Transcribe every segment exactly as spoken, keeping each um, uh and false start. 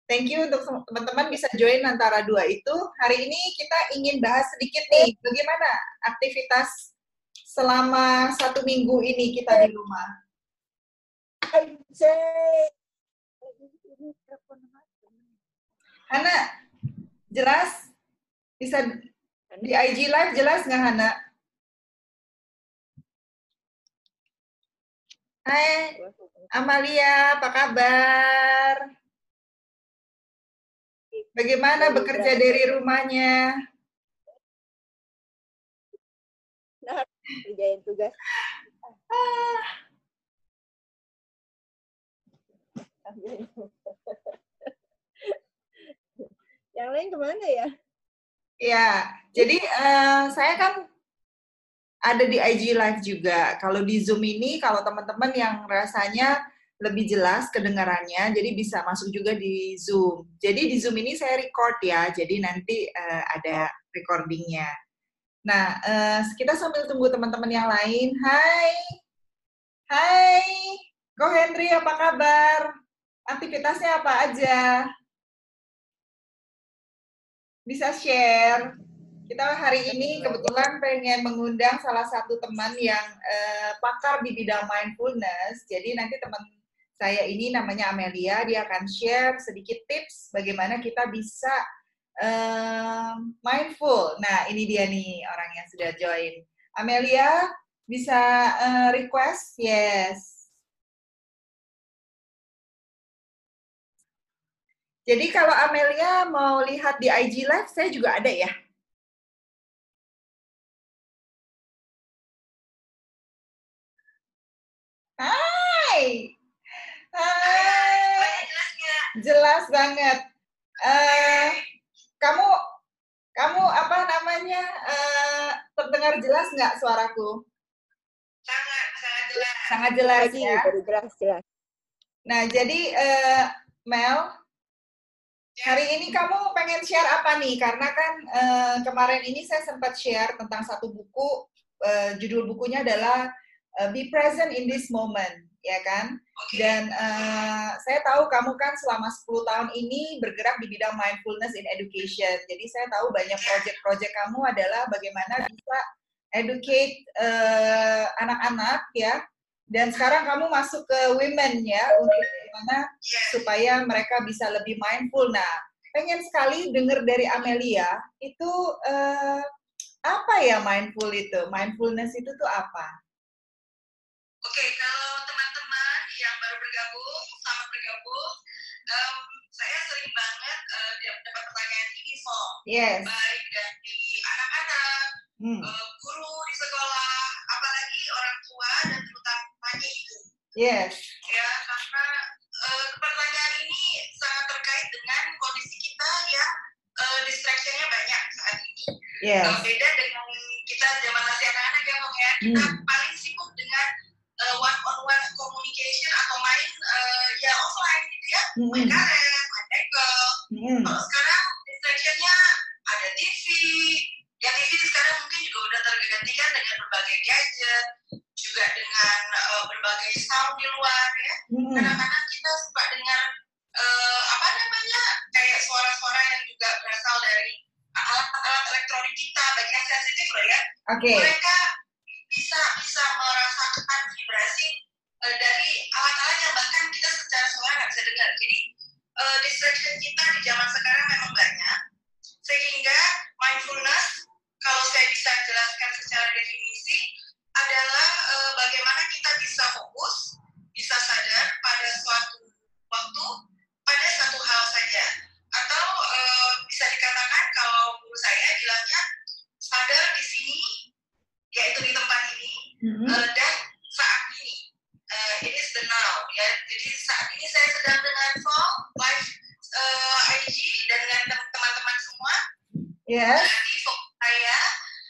Thank you untuk teman-teman bisa join antara dua itu. Hari ini kita ingin bahas sedikit nih, bagaimana aktivitas selama satu minggu ini kita di rumah. Hana, jelas? Bisa di I G Live jelas nggak, Hana? Hai, Amalia, apa kabar? Bagaimana bekerja dari rumahnya? Nah, kerjain tugas. Ah. Yang lain kemana ya? Ya, jadi uh, saya kan ada di I G Live juga. Kalau di Zoom ini, kalau teman-teman yang rasanya lebih jelas kedengarannya, jadi bisa masuk juga di Zoom. Jadi di Zoom ini saya record ya, jadi nanti uh, ada recordingnya. Nah, uh, kita sambil tunggu teman-teman yang lain. Hai, hai, Ko Henry, apa kabar? Aktivitasnya apa aja? Bisa share? Kita hari ini kebetulan pengen mengundang salah satu teman yang uh, pakar di bidang mindfulness. Jadi nanti teman saya ini namanya Amelia, dia akan share sedikit tips bagaimana kita bisa uh, mindful. Nah, ini dia nih orang yang sudah join. Amelia, bisa uh, request? Yes. Jadi kalau Amelia mau lihat di I G Live, saya juga ada ya. Hai, hai, jelas banget. Uh, kamu, kamu apa namanya? Uh, terdengar jelas nggak suaraku? Sangat, sangat jelas. Sangat jelas Lagi, ya. baru jelas, jelas. Nah, jadi uh, Mel, hari ini kamu pengen share apa nih? Karena kan uh, kemarin ini saya sempat share tentang satu buku. Uh, judul bukunya adalah uh, Be Present in This Moment, ya kan? Dan uh, saya tahu kamu kan selama sepuluh tahun ini bergerak di bidang mindfulness in education. Jadi saya tahu banyak project-project kamu adalah bagaimana bisa educate uh, anak-anak ya. Dan sekarang kamu masuk ke women ya, untuk bagaimana supaya mereka bisa lebih mindful. Nah, pengen sekali dengar dari Amelia, itu uh, apa ya mindful itu? Mindfulness itu tuh apa? Oke, kalau teman-teman yang baru bergabung, selamat bergabung. Um, saya sering banget uh, dapat pertanyaan ini, so yes. baik dari anak-anak, hmm. uh, guru di sekolah, apalagi orang tua dan terutamanya ibu. Yes. Ya, karena uh, pertanyaan ini sangat terkait dengan kondisi kita yang uh, distraction-nya banyak saat ini. Yes. Uh, beda dengan kita zaman masih anak-anak ya, Bang ya. Kita hmm. paling sibuk dengan uh, one-on-one communication atau main uh, ya offline gitu ya, hmm. main karet, main bekel. Hmm. Kalau sekarang distraction-nya ada T V, ya T V sekarang mungkin juga udah tergantikan dengan berbagai gadget, juga dengan uh, berbagai sound di luar ya. Hmm. Kadang-kadang kita suka dengar uh, apa namanya kayak suara-suara yang juga berasal dari alat-alat elektronik kita, bagi yang sensitif loh ya. Okay. Mereka bisa bisa merasakan vibrasi uh, dari alat-alat yang bahkan kita secara suara nggak bisa dengar. Jadi uh, distraction kita di zaman sekarang memang banyak, sehingga mindfulness, kalau saya bisa jelaskan secara definisi, adalah uh, bagaimana kita bisa fokus, bisa sadar pada suatu waktu, pada satu hal saja. Atau uh, bisa dikatakan kalau guru saya bilangnya sadar di sini, yaitu di tempat ini, mm-hmm. uh, dan saat ini, uh, it is the now. Ya. Jadi saat ini saya sedang dengan Fall, live uh, I G, dan dengan teman-teman semua. Yes. Jadi fokus saya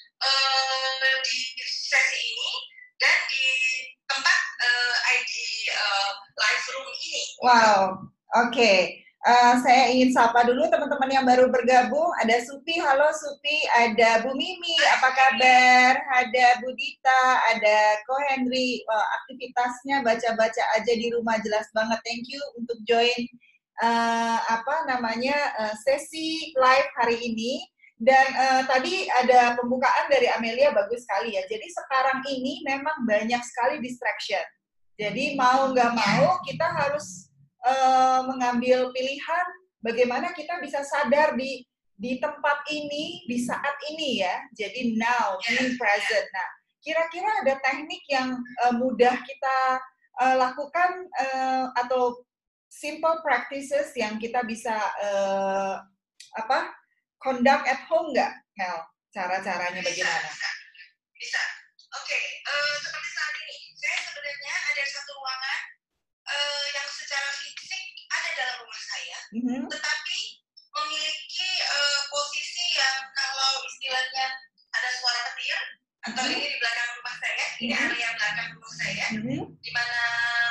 uh, di sesi ini dan di tempat uh, I G uh, live room ini. Wow, oke. Okay. Uh, saya ingin sapa dulu teman-teman yang baru bergabung. Ada Supi, halo Supi. Ada Bu Mimi, apa kabar? Ada Bu Dita, ada Ko Henry. Wow, aktivitasnya baca-baca aja di rumah, jelas banget. Thank you untuk join uh, apa namanya uh, sesi live hari ini. Dan uh, tadi ada pembukaan dari Amelia bagus sekali ya. Jadi sekarang ini memang banyak sekali distraction. Jadi mau nggak mau kita harus uh, mengambil pilihan bagaimana kita bisa sadar di di tempat ini, di saat ini ya. Jadi now, being present. Nah, kira-kira ada teknik yang uh, mudah kita uh, lakukan uh, atau simple practices yang kita bisa uh, apa? Conduct at home nggak, Mel? Cara-caranya bagaimana? Bisa, bisa. Oke, okay. uh, seperti saat ini, saya sebenarnya ada satu ruangan uh, yang secara fisik ada dalam rumah saya, mm-hmm. tetapi memiliki uh, posisi yang kalau istilahnya ada suara petir, atau mm-hmm. ini di belakang rumah saya, mm-hmm. ini area belakang rumah saya, mm-hmm. di mana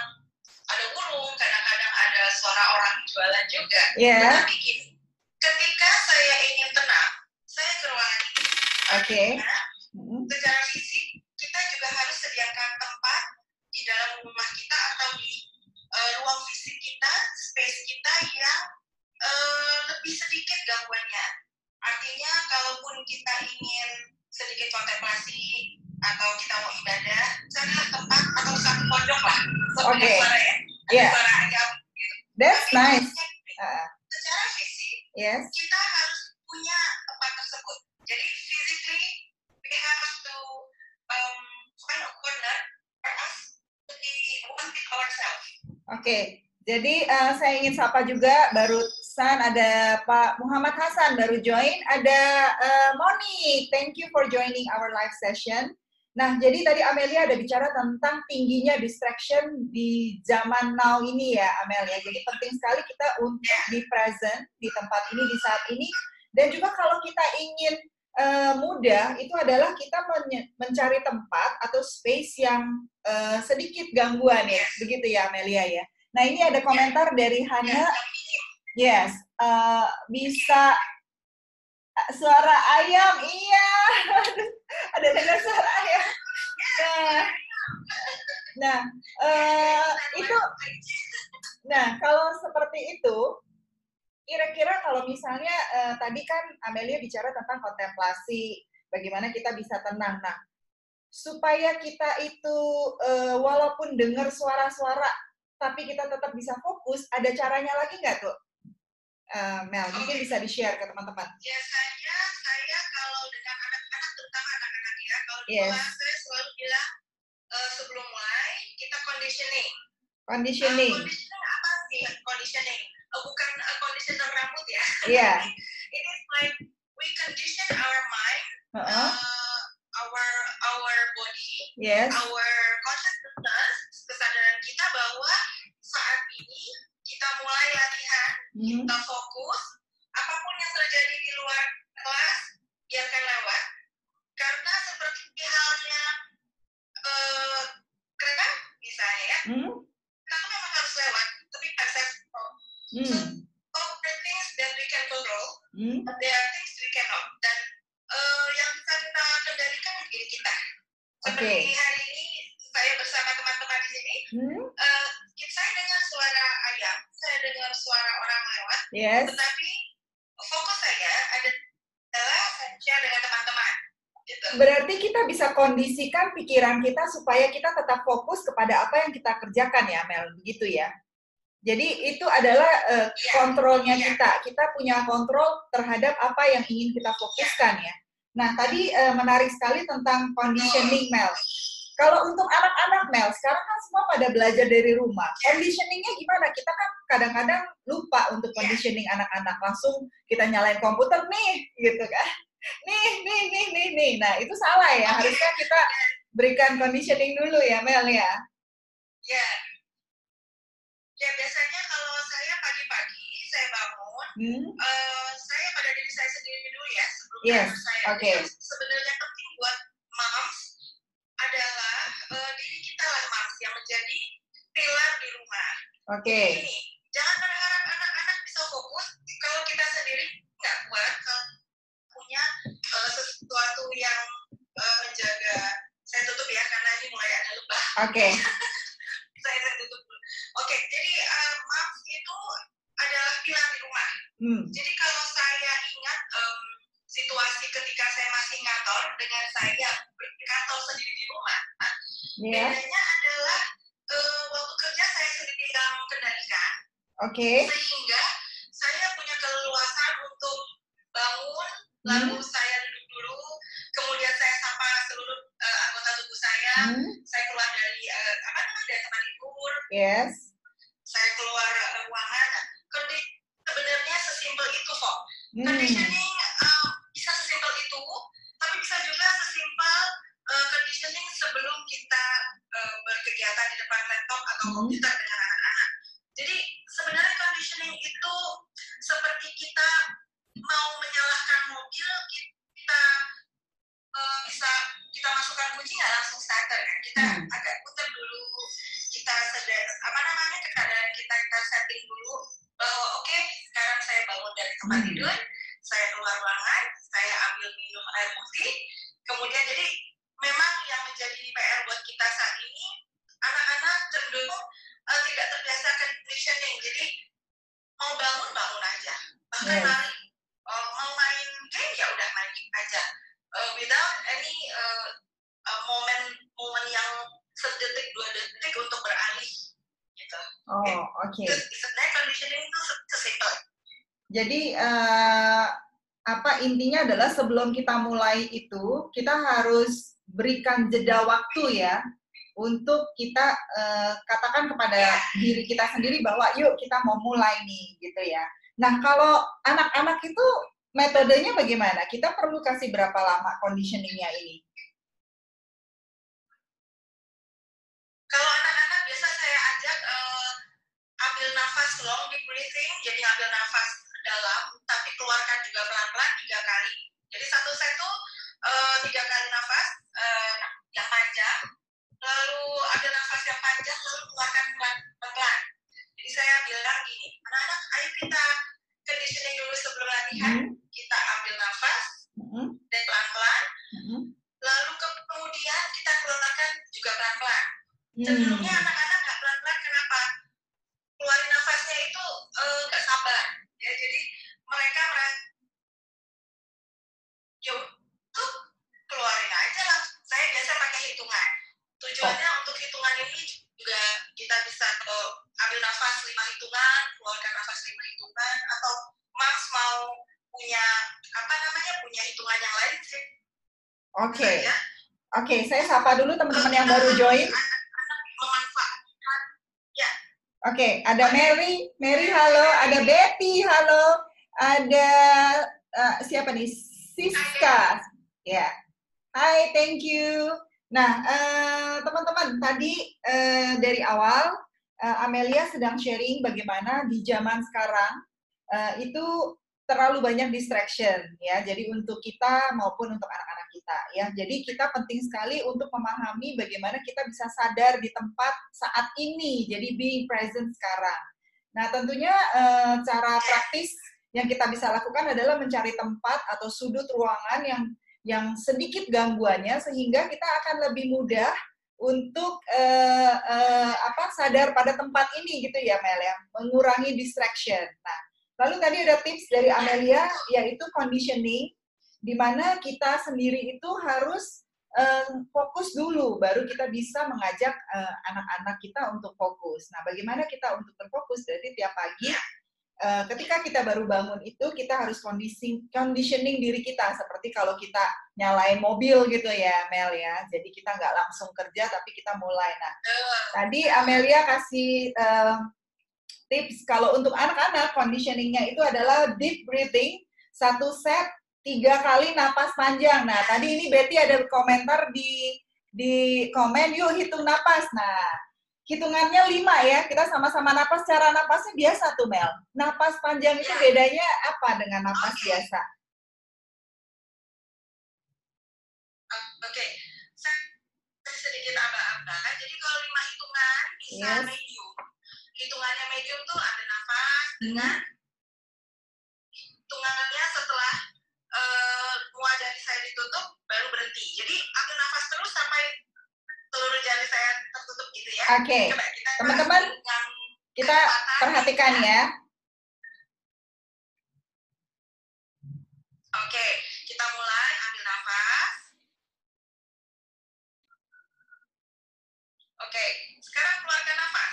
ada burung, kadang-kadang ada suara orang jualan juga. Yeah. Tetapi gini, ketika saya ingin tenang, saya ke ruangan ini. Oke. Okay. Mm-hmm. Secara fisik, kita juga harus sediakan tempat di dalam rumah kita atau di uh, ruang fisik kita, space kita yang uh, lebih sedikit gangguannya. Artinya, kalaupun kita ingin sedikit kontemplasi atau kita mau ibadah, carilah tempat atau satu pojok lah. Oke. Okay. Suara ya. Yeah. Suara ayam. Gitu. That's tapi nice. Uh. Secara fisik, yes. kita harus punya tempat tersebut. Jadi physically, we have to um, find a corner for us to be one with ourselves. Oke, okay. Jadi uh, saya ingin sapa juga barusan ada Pak Muhammad Hasan baru join, ada uh, Moni. Thank you for joining our live session. Nah, jadi tadi Amelia ada bicara tentang tingginya distraction di zaman now ini ya, Amelia. Jadi penting sekali kita untuk di present, di tempat ini, di saat ini. Dan juga kalau kita ingin uh, mudah, itu adalah kita men- mencari tempat atau space yang uh, sedikit gangguan ya. Begitu ya, Amelia ya. Nah, ini ada komentar dari Hana. Yes, uh, bisa suara ayam, iya. Ada dengar suara ayam. Nah, nah uh, itu, nah kalau seperti itu, kira-kira kalau misalnya uh, tadi kan Amelia bicara tentang kontemplasi, bagaimana kita bisa tenang. Nah, supaya kita itu uh, walaupun dengar suara-suara, tapi kita tetap bisa fokus, ada caranya lagi nggak tuh? Uh, Mel, mungkin bisa di-share ke teman-teman. Biasanya saya kalau dengan anak-anak, terutama anak-anak ya, kalau di yes. kelas saya selalu bilang uh, sebelum mulai kita conditioning. Conditioning. Uh, conditioning apa sih conditioning? Uh, bukan uh, conditioner rambut ya. Iya. Yeah. It is like we condition our mind, uh-huh. uh, our our body, yes. our consciousness, kesadaran kita bahwa saat ini kita mulai latihan, hmm. kita fokus, apapun yang terjadi di luar kelas, biarkan lewat. Karena seperti halnya uh, kereta, misalnya ya, hmm. kita memang harus lewat, tapi accessible. Hmm. So, all the things that we can control, hmm. but there are things we cannot. Dan uh, yang bisa kita kendalikan diri kita. Seperti okay. hari ini, saya bersama teman-teman di sini, hmm. uh, saya dengar suara ayam, saya dengar suara orang lewat, yes. tetapi fokus saya adalah saya dengan teman-teman. Gitu. Berarti kita bisa kondisikan pikiran kita supaya kita tetap fokus kepada apa yang kita kerjakan ya, Mel, begitu ya? Jadi itu adalah uh, yeah. kontrolnya yeah. kita, kita punya kontrol terhadap apa yang ingin kita fokuskan yeah. ya. Nah, tadi uh, menarik sekali tentang conditioning, Mel. Kalau untuk anak-anak, Mel, sekarang kan semua pada belajar dari rumah. Conditioning-nya gimana? Kita kan kadang-kadang lupa untuk conditioning anak-anak. Langsung kita nyalain komputer nih, gitu kan. Nih, nih, nih, nih, nih. Nah, itu salah ya. Harusnya kita berikan conditioning dulu ya, Mel ya. Ya. Ya, biasanya kalau saya pagi-pagi, saya bangun, hmm. uh, saya pada diri saya sendiri dulu ya, sebelum yes. saya. Okay. Sebenarnya penting buat moms adalah uh, diri kita lah mas yang menjadi pilar di rumah. Oke. Okay. Jadi ini, jangan berharap anak-anak bisa fokus kalau kita sendiri nggak kuat, kalau punya uh, sesuatu yang uh, menjaga. Saya tutup ya karena ini mulai ada lebah. Oke. Okay. saya, saya tutup dulu. Oke, okay, jadi uh, moms itu adalah Hmm. Jadi kalau saya ingat um, situasi ketika saya masih ngantor dengan saya berkantor sendiri di rumah, Yeah. bedanya adalah uh, waktu kerja saya sendiri yang kendalikan, Oke. Okay. sehingga saya punya keleluasan untuk bangun, Hmm. lalu saya duduk dulu, kemudian saya sapa seluruh uh, anggota tubuh saya, Hmm. saya keluar dari uh, apa namanya dari tempat tidur, Yes. saya keluar uh, ruangan. Kondisi sebenarnya sesimpel itu kok. Hmm. Conditioning uh, bisa sesimpel itu, tapi bisa juga sesimpel uh, conditioning sebelum kita uh, berkegiatan di depan laptop atau Hmm. komputer dengan anak-anak. Jadi sebenarnya conditioning itu seperti kita mau menyalakan mobil, kita uh, bisa kita masukkan kunci nggak langsung starter kan? Kita Hmm. agak putar dulu, kita sedar apa namanya keadaan kita kita setting dulu bahwa oke okay, sekarang saya bangun dari tempat Hmm. tidur, saya keluar ruangan, saya ambil minum air putih, kemudian jadi memang yang menjadi P R buat kita saat ini anak-anak cenderung uh, tidak terbiasa conditioning, jadi mau bangun bangun aja, bahkan Yes. lari, uh, mau main game ya udah main game aja, uh, without any uh, uh, momen momen yang sedetik dua detik untuk beralih gitu. Oh, oke. Okay. Sebenarnya conditioning itu sesimpel. Jadi uh, apa intinya adalah sebelum kita mulai itu kita harus berikan jeda waktu ya untuk kita uh, katakan kepada diri kita sendiri bahwa yuk kita mau mulai nih gitu ya. Nah kalau anak-anak itu metodenya bagaimana? Kita perlu kasih berapa lama conditioningnya ini? Kalau anak-anak biasa saya ajak uh, ambil nafas long deep breathing, jadi ambil nafas dalam tapi keluarkan juga pelan-pelan tiga kali. Jadi satu set itu uh, tiga kali nafas uh, yang panjang, lalu ambil nafas yang panjang lalu keluarkan pelan-pelan. Jadi saya bilang gini, anak-anak ayo kita conditioning dulu sebelum latihan, hmm. kita ambil nafas hmm. dan pelan-pelan, hmm. lalu kemudian kita keluarkan juga pelan-pelan. Cenderungnya hmm. anak-anak nggak pelan-pelan, kenapa? Keluarin nafasnya itu nggak uh, sabar, ya jadi mereka merasa ya untuk keluarin aja lah. Saya biasa pakai hitungan. Tujuannya oh. untuk hitungan ini juga kita bisa uh, ambil nafas lima hitungan, keluarkan nafas lima hitungan, atau Mas mau punya apa namanya punya hitungan yang lain sih. Oke, okay. Oke, okay, saya sapa dulu teman-teman yang baru join. Memanfaatkan, ya. Oke, okay, ada Mary, Mary halo, ada Betty halo, ada uh, siapa nih? Siska, ya. Yeah. Hai, thank you. Nah, uh, teman-teman, tadi uh, dari awal uh, Amelia sedang sharing bagaimana di zaman sekarang uh, itu terlalu banyak distraction, ya. Jadi untuk kita maupun untuk anak-anak kita, ya. Jadi kita penting sekali untuk memahami bagaimana kita bisa sadar di tempat saat ini. Jadi being present sekarang. Nah, tentunya uh, cara praktis yang kita bisa lakukan adalah mencari tempat atau sudut ruangan yang yang sedikit gangguannya sehingga kita akan lebih mudah untuk uh, uh, apa sadar pada tempat ini gitu ya Mel ya, mengurangi distraction. Nah, lalu tadi ada tips dari Amelia yaitu conditioning, di mana kita sendiri itu harus uh, fokus dulu baru kita bisa mengajak uh, anak-anak kita untuk fokus. Nah, bagaimana kita untuk berfokus? Jadi tiap pagi Uh, ketika kita baru bangun itu kita harus conditioning, conditioning diri kita seperti kalau kita nyalain mobil gitu ya Mel ya, jadi kita nggak langsung kerja tapi kita mulai. Nah tadi Amelia kasih uh, tips kalau untuk anak-anak conditioningnya itu adalah deep breathing, satu set tiga kali napas panjang. Nah tadi ini Betty ada komentar di di komen yuk hitung napas. Nah hitungannya lima ya, kita sama-sama napas, cara napasnya biasa tuh Mel. Napas panjang itu bedanya apa dengan napas okay. biasa? Oke, okay. Saya sedikit aba-aba. Jadi kalau lima hitungan bisa yes. medium. Hitungannya medium tuh ada nafas hmm. dengan hitungannya setelah uh, mual jari saya ditutup baru berhenti. Jadi ambil nafas terus sampai seluruh jari saya tertutup gitu ya. Oke, okay. Teman-teman kita perhatikan ya. nafas. Oke, sekarang keluarkan nafas.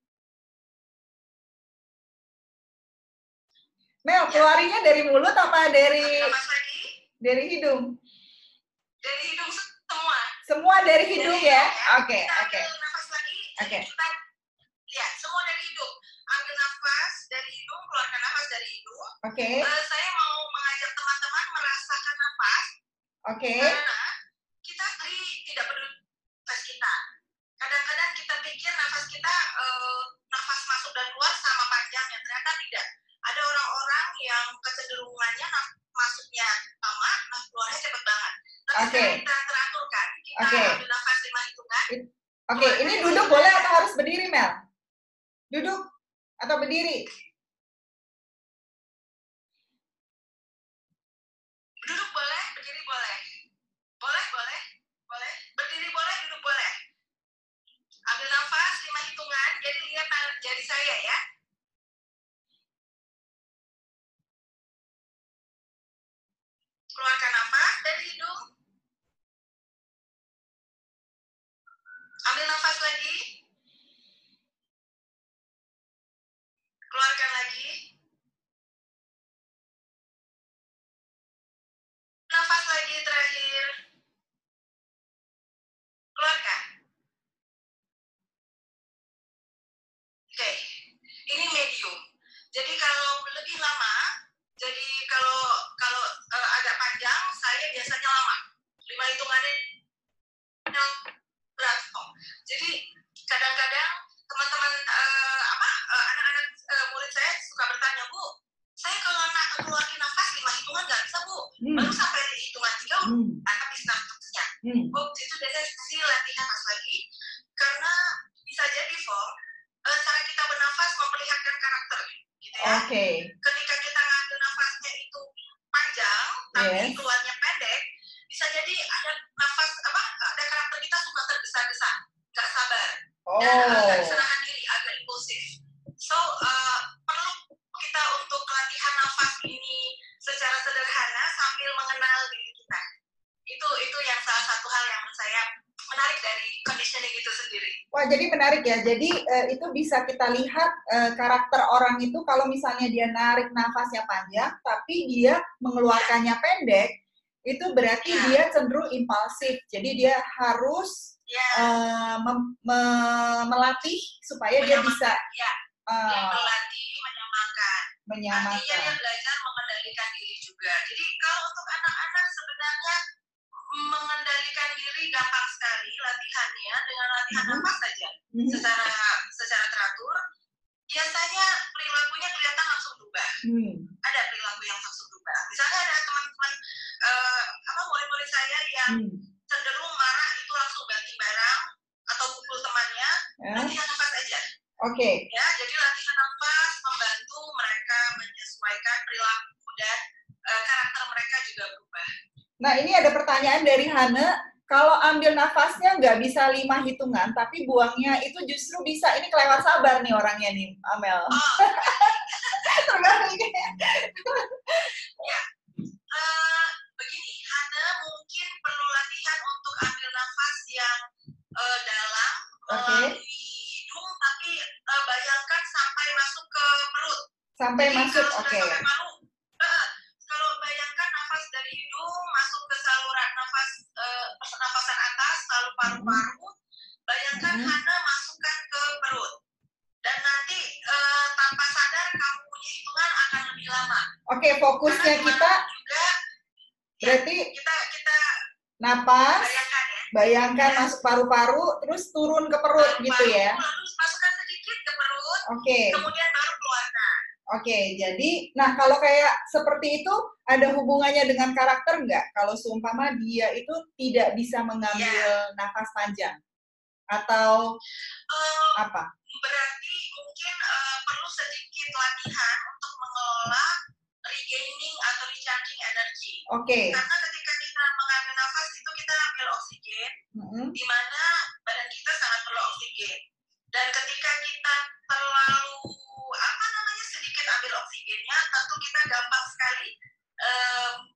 Mel, keluarinya dari mulut apa dari Ambil nafas lagi. dari hidung? Dari hidung semua. Semua dari hidung Dari ya? hidung, Oke, Kita oke. ambil nafas lagi. Oke. Jadi kita lihat semua dari hidung. Ambil nafas dari hidung, keluarkan nafas dari hidung. Oke, Eh, saya mau mengajak teman-teman merasakan nafas oke. karena kita tadi tidak peduli nafas kita. Kadang-kadang kita pikir nafas kita eh, nafas masuk dan keluar sama panjangnya. Ternyata tidak. Ada orang-orang yang kecenderungannya nafas masuknya lama, nafas keluarnya cepat banget. Tapi Oke. sekarang kita teraturkan. Kita Oke. ambil nafas lima hitungan. Oke, ini duduk boleh atau harus berdiri, Mel? Duduk atau berdiri? Duduk boleh, berdiri boleh. Boleh, boleh, boleh. Berdiri boleh, duduk boleh. Ambil nafas lima hitungan. Jadi lihat tangan jari saya ya. Keluarkan nafas dari hidung. Ambil nafas lagi. Keluarkan lagi. Nafas lagi terakhir. Keluarkan. Oke. Ini medium. Jadi kalau lebih lama, jadi kalau kalau uh, agak panjang, saya biasanya lama. Lima hitungannya berat. Oh. Jadi kadang-kadang teman-teman uh, apa uh, anak-anak uh, murid saya suka bertanya, Bu, saya kalau nak keluarin nafas lima hitungan nggak bisa, Bu. Hmm. Baru sampai di hitungan tiga, Hmm. habis nafasnya. Hmm. Bu, itu biasanya kasih latihan nafas lagi, karena bisa jadi, Fong, uh, cara kita bernafas memperlihatkan karakter, gitu ya. Oke. Ketika kita ngambil nafasnya itu panjang, tapi Yes. keluarnya pendek, bisa jadi ada nafas apa? Ada karakter kita suka tergesa-gesa, nggak sabar, dan uh, nggak bisa Oh. nahan diri, agak impulsif. So uh, perlu kita untuk latihan nafas ini secara sederhana sambil mengenal diri kita. Itu itu yang salah satu hal yang menurut saya menarik dari conditioning itu sendiri. Wah, jadi menarik ya. Jadi eh, itu bisa kita lihat eh, karakter orang itu kalau misalnya dia narik nafasnya panjang, tapi dia mengeluarkannya pendek, itu berarti Ya. dia cenderung impulsif. Jadi dia harus Ya, eh, mem- me- melatih supaya dia menyamakan. bisa Ya, dia eh, berlatih menyamakan. Artinya dia menyamakan. belajar mengendalikan diri juga. Jadi kalau untuk anak-anak sebenarnya mengendalikan diri gampang sekali latihannya dengan latihan Mhm. nafas saja Mhm. secara secara teratur. Biasanya perilakunya kelihatan langsung berubah. Hmm. Ada perilaku yang langsung berubah. Misalnya ada teman-teman eh, apa murid-murid saya yang Hmm. cenderung marah itu langsung banting barang atau pukul temannya. Ya. Latihan nafas aja. Oke. Ya, jadi latihan nafas membantu mereka menyesuaikan perilaku dan uh, karakter mereka juga berubah. Nah, ini ada pertanyaan dari Hana. Kalau ambil nafasnya nggak bisa lima hitungan, tapi buangnya itu justru bisa. Ini kelewat sabar nih orangnya nih, Amel. Oh, Terbalik. ya. Uh, begini, Hana mungkin perlu latihan untuk ambil nafas yang uh, dalam Oke. melalui hidung, tapi uh, bayangkan sampai masuk ke perut. Sampai Jadi masuk, kalau oke. sudah sampai paru, uh, kalau bayangkan nafas dari hidung masuk ke saluran nafas uh, pernafasan atas, lalu paru-paru, bayangkan Mhm. Hana masukkan ke perut. Dan nanti uh, tanpa sadar kamu punya hitungan akan lebih lama. Oke, fokusnya Karena kita juga berarti ya, kita kita napas, bayangkan ya. bayangkan masuk paru-paru, terus turun ke perut Paru-paru, gitu ya. lalu masukkan sedikit ke perut, Oke. kemudian baru keluarkan. Oke, jadi, nah kalau kayak seperti itu, ada hubungannya dengan karakter nggak? Kalau seumpama dia itu tidak bisa mengambil Ya. nafas panjang? Atau Uh, apa? berarti mungkin uh, perlu sedikit latihan untuk mengelola regaining atau recharging energy. Oke. Karena ketika kita mengambil nafas itu kita ambil oksigen, Mm-hmm. di mana badan kita sangat perlu oksigen. Dan ketika kita terlalu apa namanya sedikit ambil oksigennya, tentu kita gampang sekali um,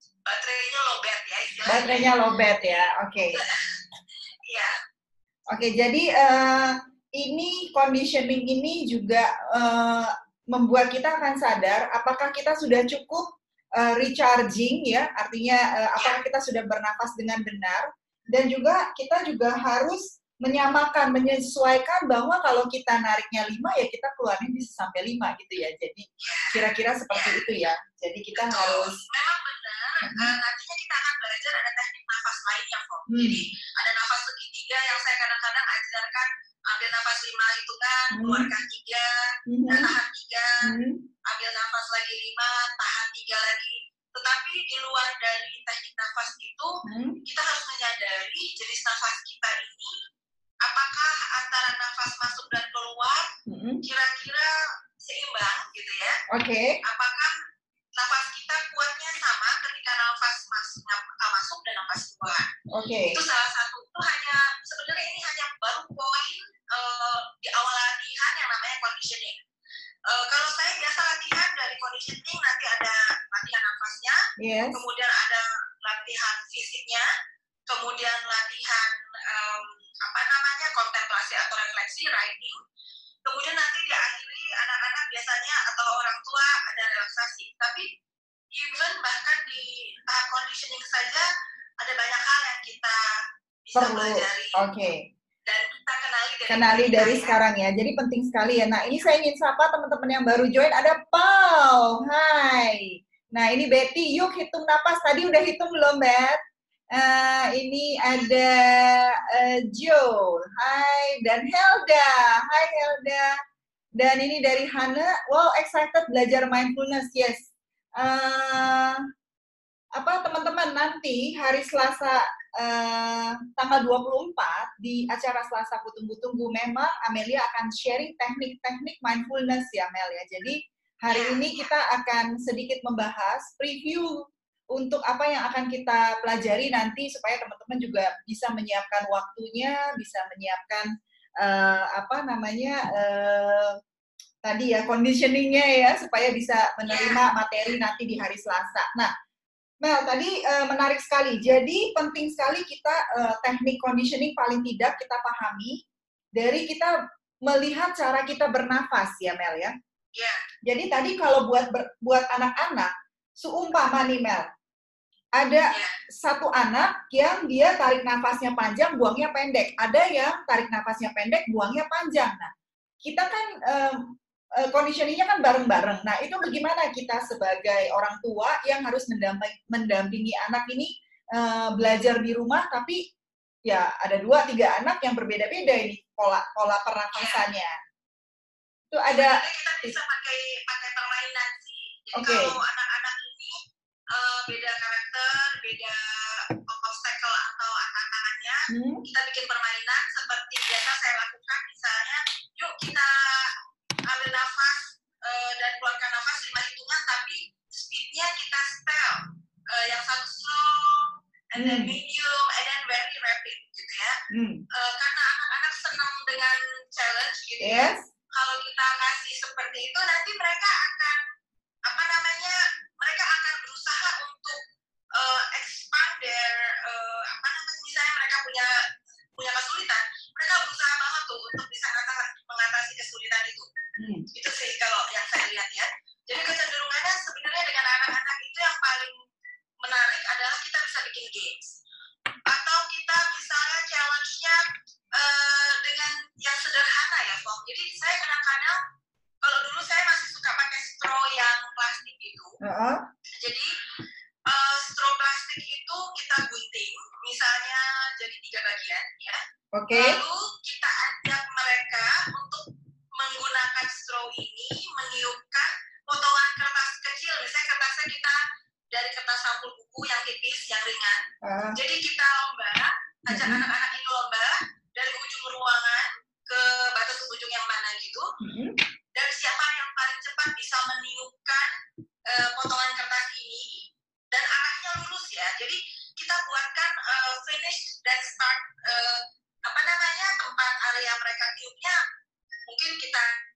baterainya lowbat ya istilahnya. Baterainya lowbat ya, oke. Okay. Iya. Oke, okay, jadi uh, ini conditioning ini juga uh, membuat kita akan sadar apakah kita sudah cukup uh, recharging ya, artinya uh, apakah kita sudah bernafas dengan benar, dan juga kita juga harus menyamakan, menyesuaikan bahwa kalau kita nariknya lima ya kita keluarnya bisa sampai lima gitu ya. Jadi kira-kira seperti itu ya. Jadi kita Betul. harus memang benar. Hmm. Uh, nantinya kita akan belajar ada teknik nafas lainnya kok. Hmm. Jadi ada nafas segitiga yang saya kadang-kadang ajarkan, ambil nafas lima hitungan, hmm. keluarkan tiga, hmm. dan tahan tiga, hmm. ambil nafas lagi lima, tahan tiga lagi. Tetapi di luar dari teknik nafas itu, hmm. kita harus menyadari jenis nafas kita ini apakah antara nafas masuk dan keluar mm-hmm. kira-kira seimbang gitu ya. Oke. Okay. Apakah nafas kita kuatnya sama ketika nafas masuk, masuk dan nafas keluar. Oke. Okay. Itu salah satu. Itu hanya sebenarnya ini hanya baru poin uh, di awal latihan yang namanya conditioning. Uh, kalau saya biasa latihan dari conditioning nanti ada latihan nafasnya, yes. kemudian ada latihan fisiknya, kemudian latihan um, apa namanya kontemplasi atau refleksi writing, kemudian nanti diakhiri anak-anak biasanya atau orang tua ada relaksasi. Tapi even bahkan di tahap conditioning saja ada banyak hal yang kita bisa perlu pelajari. Oke. Okay. Dan kita kenali dari kenali dari ya. sekarang ya. Jadi penting sekali ya. Nah ini saya ingin sapa teman-teman yang baru join. Ada Paul, hai. Nah ini Betty, yuk hitung napas. Tadi udah hitung belum, Bet? Uh, ini ada uh, Joe, hai, dan Helda, hai Helda, dan ini dari Hana, wow excited belajar mindfulness, yes. Uh, apa teman-teman nanti hari Selasa uh, tanggal dua puluh empat di acara Selasa Ku Tunggu-Tunggu memang Amelia akan sharing teknik-teknik mindfulness ya Mel ya. Jadi hari ini kita akan sedikit membahas preview untuk apa yang akan kita pelajari nanti supaya teman-teman juga bisa menyiapkan waktunya, bisa menyiapkan uh, apa namanya uh, tadi ya conditioningnya ya supaya bisa menerima materi nanti di hari Selasa. Nah, Mel tadi uh, menarik sekali. Jadi penting sekali kita uh, teknik conditioning paling tidak kita pahami dari kita melihat cara kita bernafas ya Mel ya. Yeah. Jadi tadi kalau buat ber, buat anak-anak seumpama nih Mel, ada yeah. satu anak yang dia tarik nafasnya panjang, buangnya pendek. Ada yang tarik nafasnya pendek, buangnya panjang. Nah, kita kan um, conditioningnya kan bareng-bareng. Nah, itu bagaimana kita sebagai orang tua yang harus mendampingi, mendampingi anak ini uh, belajar di rumah, tapi ya ada dua tiga anak yang berbeda-beda ini pola pola pernafasannya. Yeah. Itu ada. Sebenarnya kita bisa pakai pakai permainan sih. Jadi okay. kalau anak-anak ini uh, beda karakter, beda obstacle atau tantangannya, hmm. kita bikin permainan seperti biasa saya lakukan. Misalnya, yuk kita ambil nafas uh, dan keluarkan nafas lima hitungan, tapi speednya kita setel. Uh, yang satu slow, and then medium, and then very rapid, gitu ya. Hmm. Uh, karena anak-anak senang dengan challenge, gitu yes. ya. Kalau kita kasih seperti itu, nanti mereka akan, apa namanya, mereka akan berusaha untuk uh, expand their, uh, apa namanya, misalnya mereka punya punya kesulitan, mereka berusaha banget tuh untuk bisa mengatasi kesulitan itu. Hmm. Itu sih kalau yang saya lihat ya. Jadi kecenderungannya sebenarnya dengan anak-anak itu yang paling menarik adalah kita bisa bikin games. Atau kita misalnya challenge-nya uh, dengan yang sederhana ya, Fong. Jadi saya kadang-kadang, kalau dulu saya masih suka pakai straw yang plastik itu. Uh-huh. Jadi uh, straw plastik itu kita gunting, misalnya jadi tiga bagian ya. Oke. Okay. Lalu kita ajak mereka untuk menggunakan straw ini meniupkan potongan kertas kecil. Misalnya kertasnya kita dari kertas sampul buku yang tipis, yang ringan. Uh. Jadi kita lomba, ajak uh-huh. anak-anak ini lomba dari ujung ruangan ke batas ujung yang mana gitu. Uh-huh. Dan siapa yang paling cepat bisa meniupkan uh, potongan kertas ini dan arahnya lurus ya. Jadi kita buatkan uh, finish dan start uh, apa namanya tempat area mereka tiupnya mungkin kita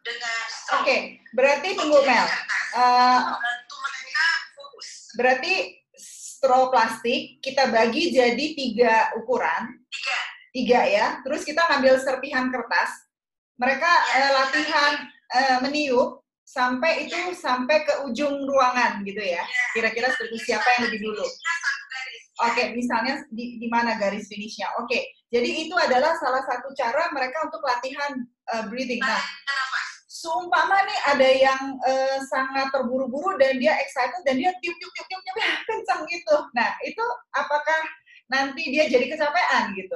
dengan Oke, straw. okay. Berarti tunggu Mel. Uh, membantu mereka fokus. Berarti straw plastik kita bagi jadi tiga ukuran. Tiga. Tiga ya. Terus kita ngambil serpihan kertas. Mereka ya, uh, latihan uh, meniup sampai itu ya. Sampai ke ujung ruangan gitu ya. Kira-kira ya, seperti siapa yang lebih dulu. Oke, okay, misalnya di, di mana garis finishnya. Oke, okay. Jadi itu adalah salah satu cara mereka untuk latihan uh, breathing. Nah, seumpama nih ada yang uh, sangat terburu-buru dan dia excited dan dia tiup tiup tiup tiup tiup kencang gitu. Nah, itu apakah nanti dia jadi kecapean gitu?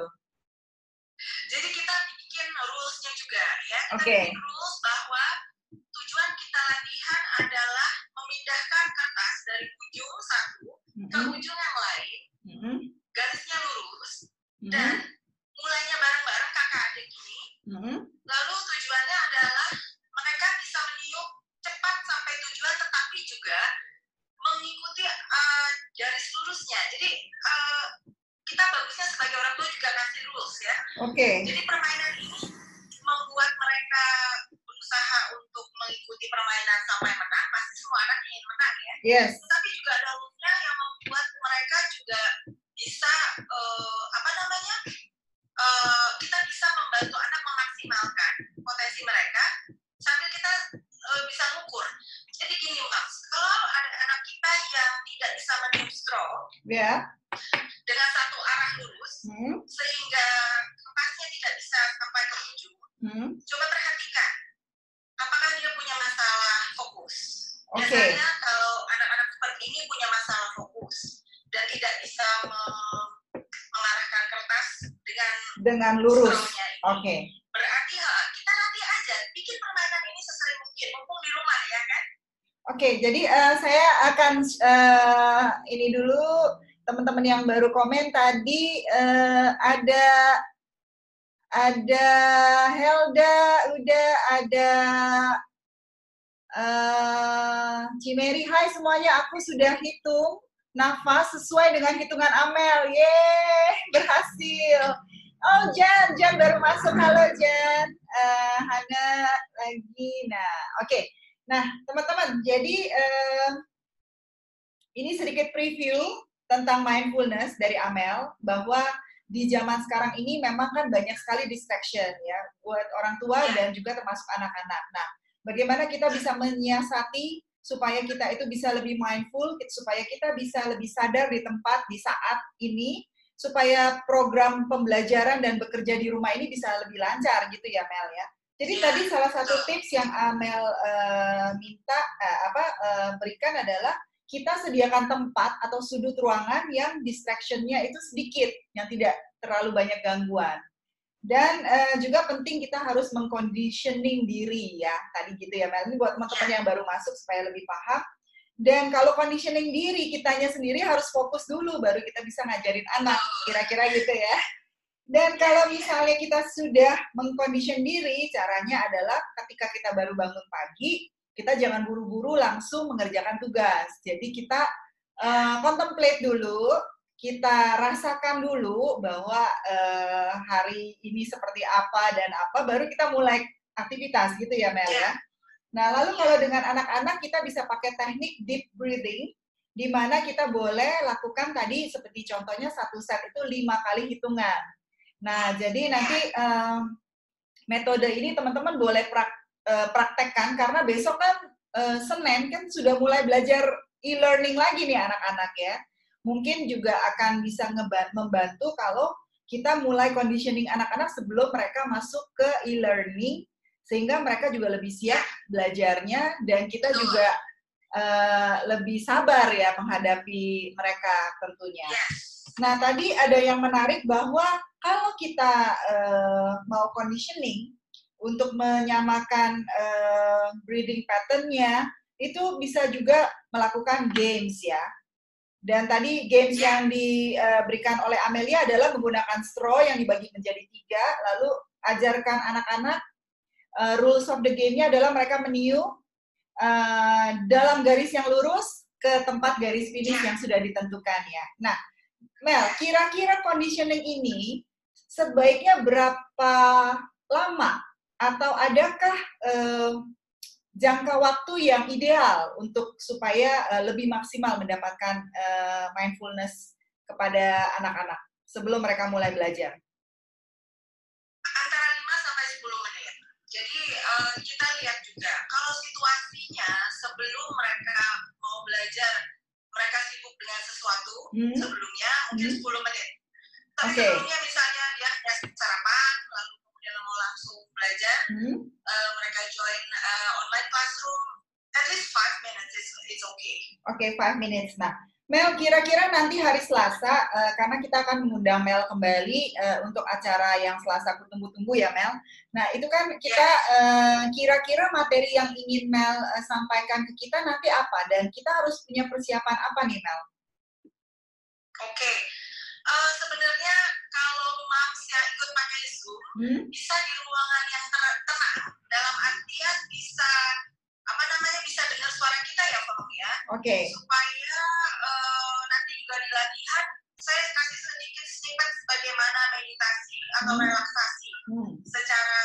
Jadi kita bikin rules-nya juga ya. Kita okay. bikin rules bahwa tujuan kita latihan adalah memindahkan kertas dari ujung satu mm-hmm. ke ujung yang lain. Mm-hmm. Garisnya lurus mm-hmm. dan mulainya bareng-bareng kakak adik ini. Mm-hmm. Lalu tujuannya adalah mereka bisa meniup cepat sampai tujuan, tetapi juga mengikuti uh, garis lurusnya. Jadi uh, kita bagusnya sebagai orang tua juga kasih rules ya. Oke. Okay. Jadi permainan ini membuat mereka berusaha untuk mengikuti permainan sampai menang. Pasti semua anak ingin menang ya. Yes. Tetapi juga ada rulesnya yang membuat mereka juga bisa uh, apa namanya? Uh, kita bisa membantu anak memaksimalkan potensi mereka sambil kita uh, bisa ngukur. Jadi gini Mas, kalau ada anak kita yang tidak bisa meniup straw, yeah. dengan satu arah lurus, hmm. sehingga kertasnya tidak bisa sampai ke ujung, hmm. coba perhatikan, apakah dia punya masalah fokus? Okay. Biasanya kalau anak-anak seperti ini punya masalah fokus dan tidak bisa me- mengarahkan kertas dengan dengan lurus. Oke. Okay. Berarti ha, kita nanti aja bikin permainan ini sesering mungkin, mumpung di rumah ya kan? Oke, okay, jadi uh, saya akan uh, ini dulu teman-teman yang baru komen tadi uh, ada ada Helda, udah ada uh, Cimeri. Hai semuanya, aku sudah hitung nafas sesuai dengan hitungan Amel. Yeay, berhasil. Oh, Jan, Jan baru masuk. Halo, Jan. Uh, Hana lagi. Nah, oke. Okay. Nah, teman-teman, jadi uh, ini sedikit preview tentang mindfulness dari Amel, bahwa di zaman sekarang ini memang kan banyak sekali distraction ya, buat orang tua dan juga termasuk anak-anak. Nah, bagaimana kita bisa menyiasati supaya kita itu bisa lebih mindful, supaya kita bisa lebih sadar di tempat, di saat ini, supaya program pembelajaran dan bekerja di rumah ini bisa lebih lancar gitu ya, Mel ya. Jadi ya, tadi salah satu tips yang Amel uh, minta uh, apa uh, berikan adalah kita sediakan tempat atau sudut ruangan yang distraction-nya itu sedikit, yang tidak terlalu banyak gangguan. Dan uh, juga penting kita harus mengconditioning diri ya, tadi gitu ya Mel. Ini buat teman-teman yang baru masuk supaya lebih paham. Dan kalau conditioning diri, kitanya sendiri harus fokus dulu, baru kita bisa ngajarin anak, kira-kira gitu ya. Dan kalau misalnya kita sudah mengcondition diri, caranya adalah ketika kita baru bangun pagi, kita jangan buru-buru langsung mengerjakan tugas. Jadi kita uh, contemplate dulu, kita rasakan dulu bahwa uh, hari ini seperti apa dan apa, baru kita mulai aktivitas gitu ya Mel ya. Nah lalu kalau dengan anak-anak kita bisa pakai teknik deep breathing, di mana kita boleh lakukan tadi seperti contohnya satu set itu lima kali hitungan. Nah, jadi nanti um, metode ini teman-teman boleh prak, uh, praktekkan karena besok kan uh, Senin kan sudah mulai belajar e-learning lagi nih anak-anak ya. Mungkin juga akan bisa membantu kalau kita mulai conditioning anak-anak sebelum mereka masuk ke e-learning sehingga mereka juga lebih siap belajarnya dan kita juga uh, lebih sabar ya menghadapi mereka tentunya. Nah, tadi ada yang menarik bahwa kalau kita uh, mau conditioning untuk menyamakan uh, breathing pattern-nya, itu bisa juga melakukan games ya. Dan tadi games yang diberikan oleh Amelia adalah menggunakan straw yang dibagi menjadi tiga, lalu ajarkan anak-anak uh, rules of the game-nya adalah mereka meniup uh, dalam garis yang lurus ke tempat garis finish yang sudah ditentukan ya. Nah, Mel, kira-kira conditioning ini sebaiknya berapa lama atau adakah uh, jangka waktu yang ideal untuk supaya uh, lebih maksimal mendapatkan uh, mindfulness kepada anak-anak sebelum mereka mulai belajar? Antara lima sampai sepuluh menit. Jadi uh, kita lihat juga kalau situasinya sebelum mereka mau belajar, mereka sibuk dengan sesuatu hmm. sebelumnya mungkin hmm. sepuluh menit. Tapi okay. sebelumnya misalnya dia sarapan lalu kemudian mau langsung belajar, hmm. uh, mereka join uh, online classroom, at least five minutes is it's okay. Oke, okay, five minutes. Nah, Mel, kira-kira nanti hari Selasa, uh, karena kita akan mengundang Mel kembali uh, untuk acara yang Selasa Aku Tunggu-Tunggu ya, Mel. Nah, itu kan kita uh, kira-kira materi yang ingin Mel uh, sampaikan ke kita nanti apa? Dan kita harus punya persiapan apa nih, Mel? Oke, okay. uh, sebenarnya kalau moms yang ikut pakai Zoom, hmm? bisa di ruangan yang tenang, dalam artian bisa, apa namanya, bisa dengar suara kita ya, Pak, ya. Oke. Okay. Supaya uh, nanti juga di latihan, saya kasih sedikit snippet bagaimana meditasi atau hmm. relaksasi hmm. secara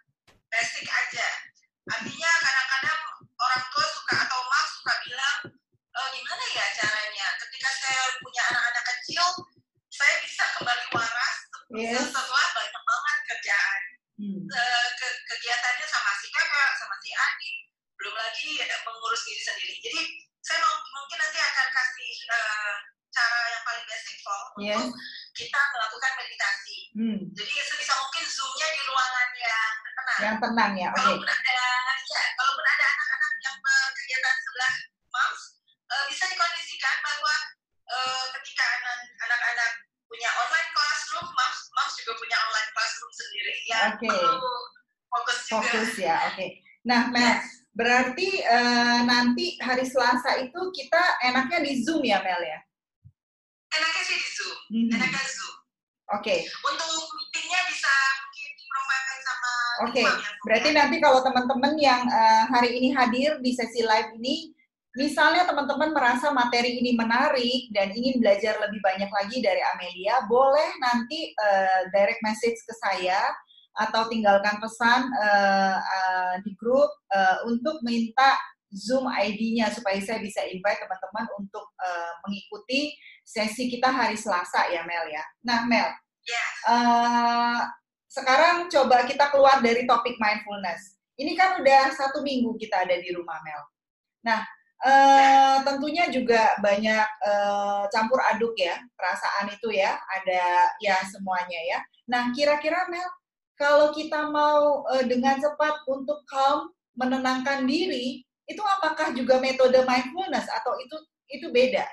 basic aja. Artinya kadang-kadang orang tua suka atau mom suka bilang, e, gimana ya caranya? Ketika saya punya anak-anak kecil, saya bisa kembali waras yes. setelah banyak banget kerjaan. Hmm. Ke kegiatannya sama si kakak, sama si adik, belum lagi mengurus diri sendiri. Jadi saya mau, mungkin nanti akan kasih uh, cara yang paling basic form yes. untuk kita melakukan meditasi. Hmm. Jadi sebisa mungkin zoomnya di ruangan yang tenang. Yang tenang ya. Oke. Kalaupun ada, ya, kalaupun ada anak-anak yang berkegiatan sebelah moms, uh, bisa dikondisikan bahwa uh, ketika anak-anak punya online classroom, moms, moms juga punya online classroom sendiri. Ya, okay. perlu fokus juga. Fokus ya, oke. Okay. Nah, Mel, yes. berarti uh, nanti hari Selasa itu kita enaknya di Zoom ya, Mel ya? Enaknya sih di Zoom, hmm. enaknya Zoom. Oke. Okay. Untuk meetingnya bisa mungkin di-provide sama Oke, okay. Berarti ya. Nanti kalau teman-teman yang uh, hari ini hadir di sesi live ini, misalnya teman-teman merasa materi ini menarik dan ingin belajar lebih banyak lagi dari Amelia, boleh nanti uh, direct message ke saya atau tinggalkan pesan uh, uh, di grup uh, untuk minta Zoom I D-nya supaya saya bisa invite teman-teman untuk uh, mengikuti sesi kita hari Selasa ya, Mel ya. Nah, Mel, yeah. uh, sekarang coba kita keluar dari topik mindfulness. Ini kan udah satu minggu kita ada di rumah, Mel. Nah, uh, tentunya juga banyak uh, campur aduk ya, perasaan itu ya, ada ya semuanya ya. Nah, kira-kira Mel, kalau kita mau uh, dengan cepat untuk calm, menenangkan diri, itu apakah juga metode mindfulness atau itu itu beda?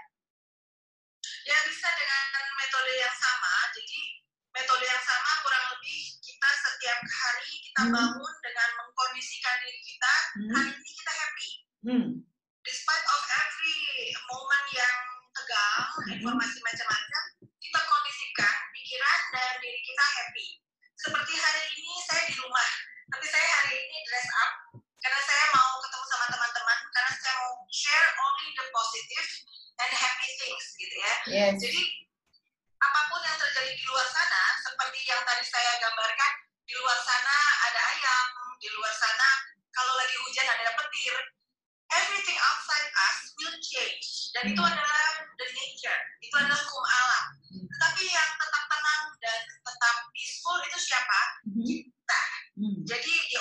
Ya, bisa dengan metode yang sama. Jadi metode yang sama kurang lebih kita setiap hari kita hmm. bangun dengan mengkondisikan diri kita, hmm. hari ini kita happy. Hmm. Despite of every moment yang tegang, hmm. informasi macam-macam, kita kondisikan pikiran dan diri kita happy. Seperti hari ini saya di rumah, tapi saya hari ini dress up karena saya mau ketemu sama teman-teman, karena saya mau share only the positive and happy things gitu ya. Yes. Jadi apapun yang terjadi di luar sana, seperti yang tadi saya gambarkan, di luar sana ada ayam, di luar sana kalau lagi hujan ada petir, everything outside us will change. Dan hmm. itu adalah the nature, itu adalah hukum alam. Hmm. Tetapi yang tetap tenang dan tetap peaceful itu siapa? Hmm. Kita. Hmm. Jadi di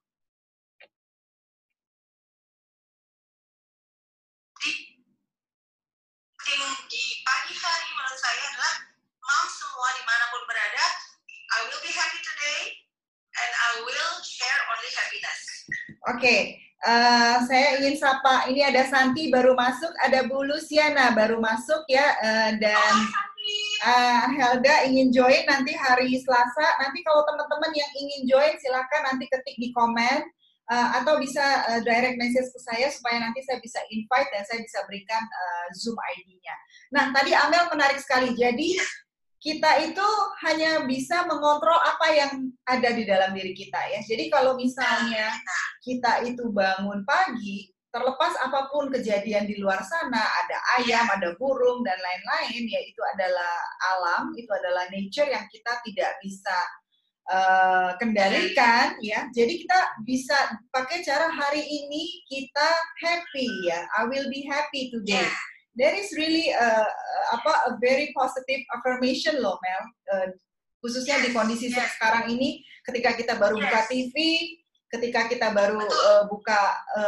di, di pagi hari menurut saya adalah mau semua dimanapun berada, I will be happy today and I will share only happiness. Oke, okay. uh, saya ingin sapa, ini ada Santi baru masuk, ada Bu Luciana baru masuk ya, uh, dan oh, uh, Helga ingin join nanti hari Selasa. Nanti kalau teman-teman yang ingin join silakan nanti ketik di komen. Uh, atau bisa uh, direct message ke saya supaya nanti saya bisa invite dan saya bisa berikan uh, Zoom I D-nya. Nah, tadi Amel menarik sekali. Jadi, kita itu hanya bisa mengontrol apa yang ada di dalam diri kita ya. Jadi, kalau misalnya kita itu bangun pagi, terlepas apapun kejadian di luar sana, ada ayam, ada burung, dan lain-lain, ya itu adalah alam, itu adalah nature yang kita tidak bisa uh, kendalikan ya. Jadi kita bisa pakai cara hari ini kita happy ya. I will be happy today. That is really uh, apa a very positive affirmation loh, Mel. Uh, khususnya di kondisi sekarang ini, ketika kita baru buka T V, ketika kita baru uh, buka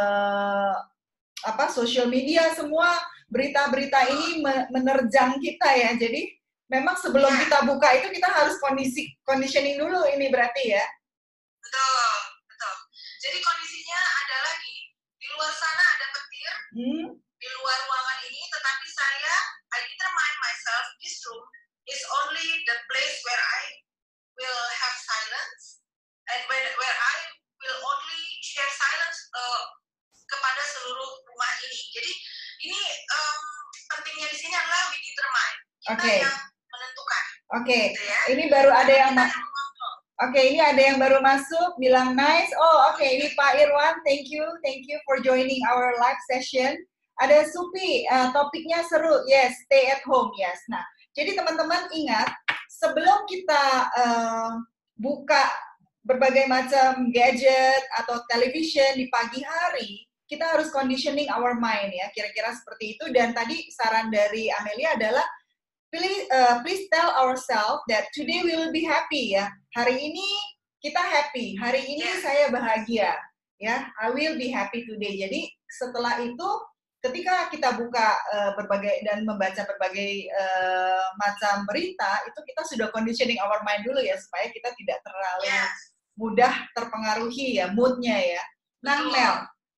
uh, apa social media, semua berita-berita ini menerjang kita ya. Jadi memang sebelum ya. kita buka itu kita harus kondisi conditioning dulu ini berarti ya. Betul, betul. Jadi kondisinya adalah gini, di luar sana ada petir, hmm. di luar ruangan ini, tetapi saya, I determine myself, this room is only the place where I will have silence, and when, where I will only share silence uh, kepada seluruh rumah ini. Jadi ini um, pentingnya di sini adalah we determine. Kita okay. yang menentukan. Oke, okay. gitu ya. Ini baru ada yang ma- Oke, okay, ini ada yang baru masuk, bilang nice. Oh, oke, okay. Ini Pak Irwan, thank you, thank you for joining our live session. Ada Supi, uh, topiknya seru, yes, stay at home, yes. Nah, jadi teman-teman ingat, sebelum kita uh, buka berbagai macam gadget atau television di pagi hari, kita harus conditioning our mind ya, kira-kira seperti itu. Dan tadi saran dari Amelia adalah please, uh, please tell ourselves that today we will be happy ya. Hari ini kita happy, hari ini saya bahagia ya. I will be happy today. Jadi setelah itu ketika kita buka uh, berbagai dan membaca berbagai uh, macam berita, itu kita sudah conditioning our mind dulu ya, supaya kita tidak terlalu mudah terpengaruhi ya moodnya ya. Nah Mel,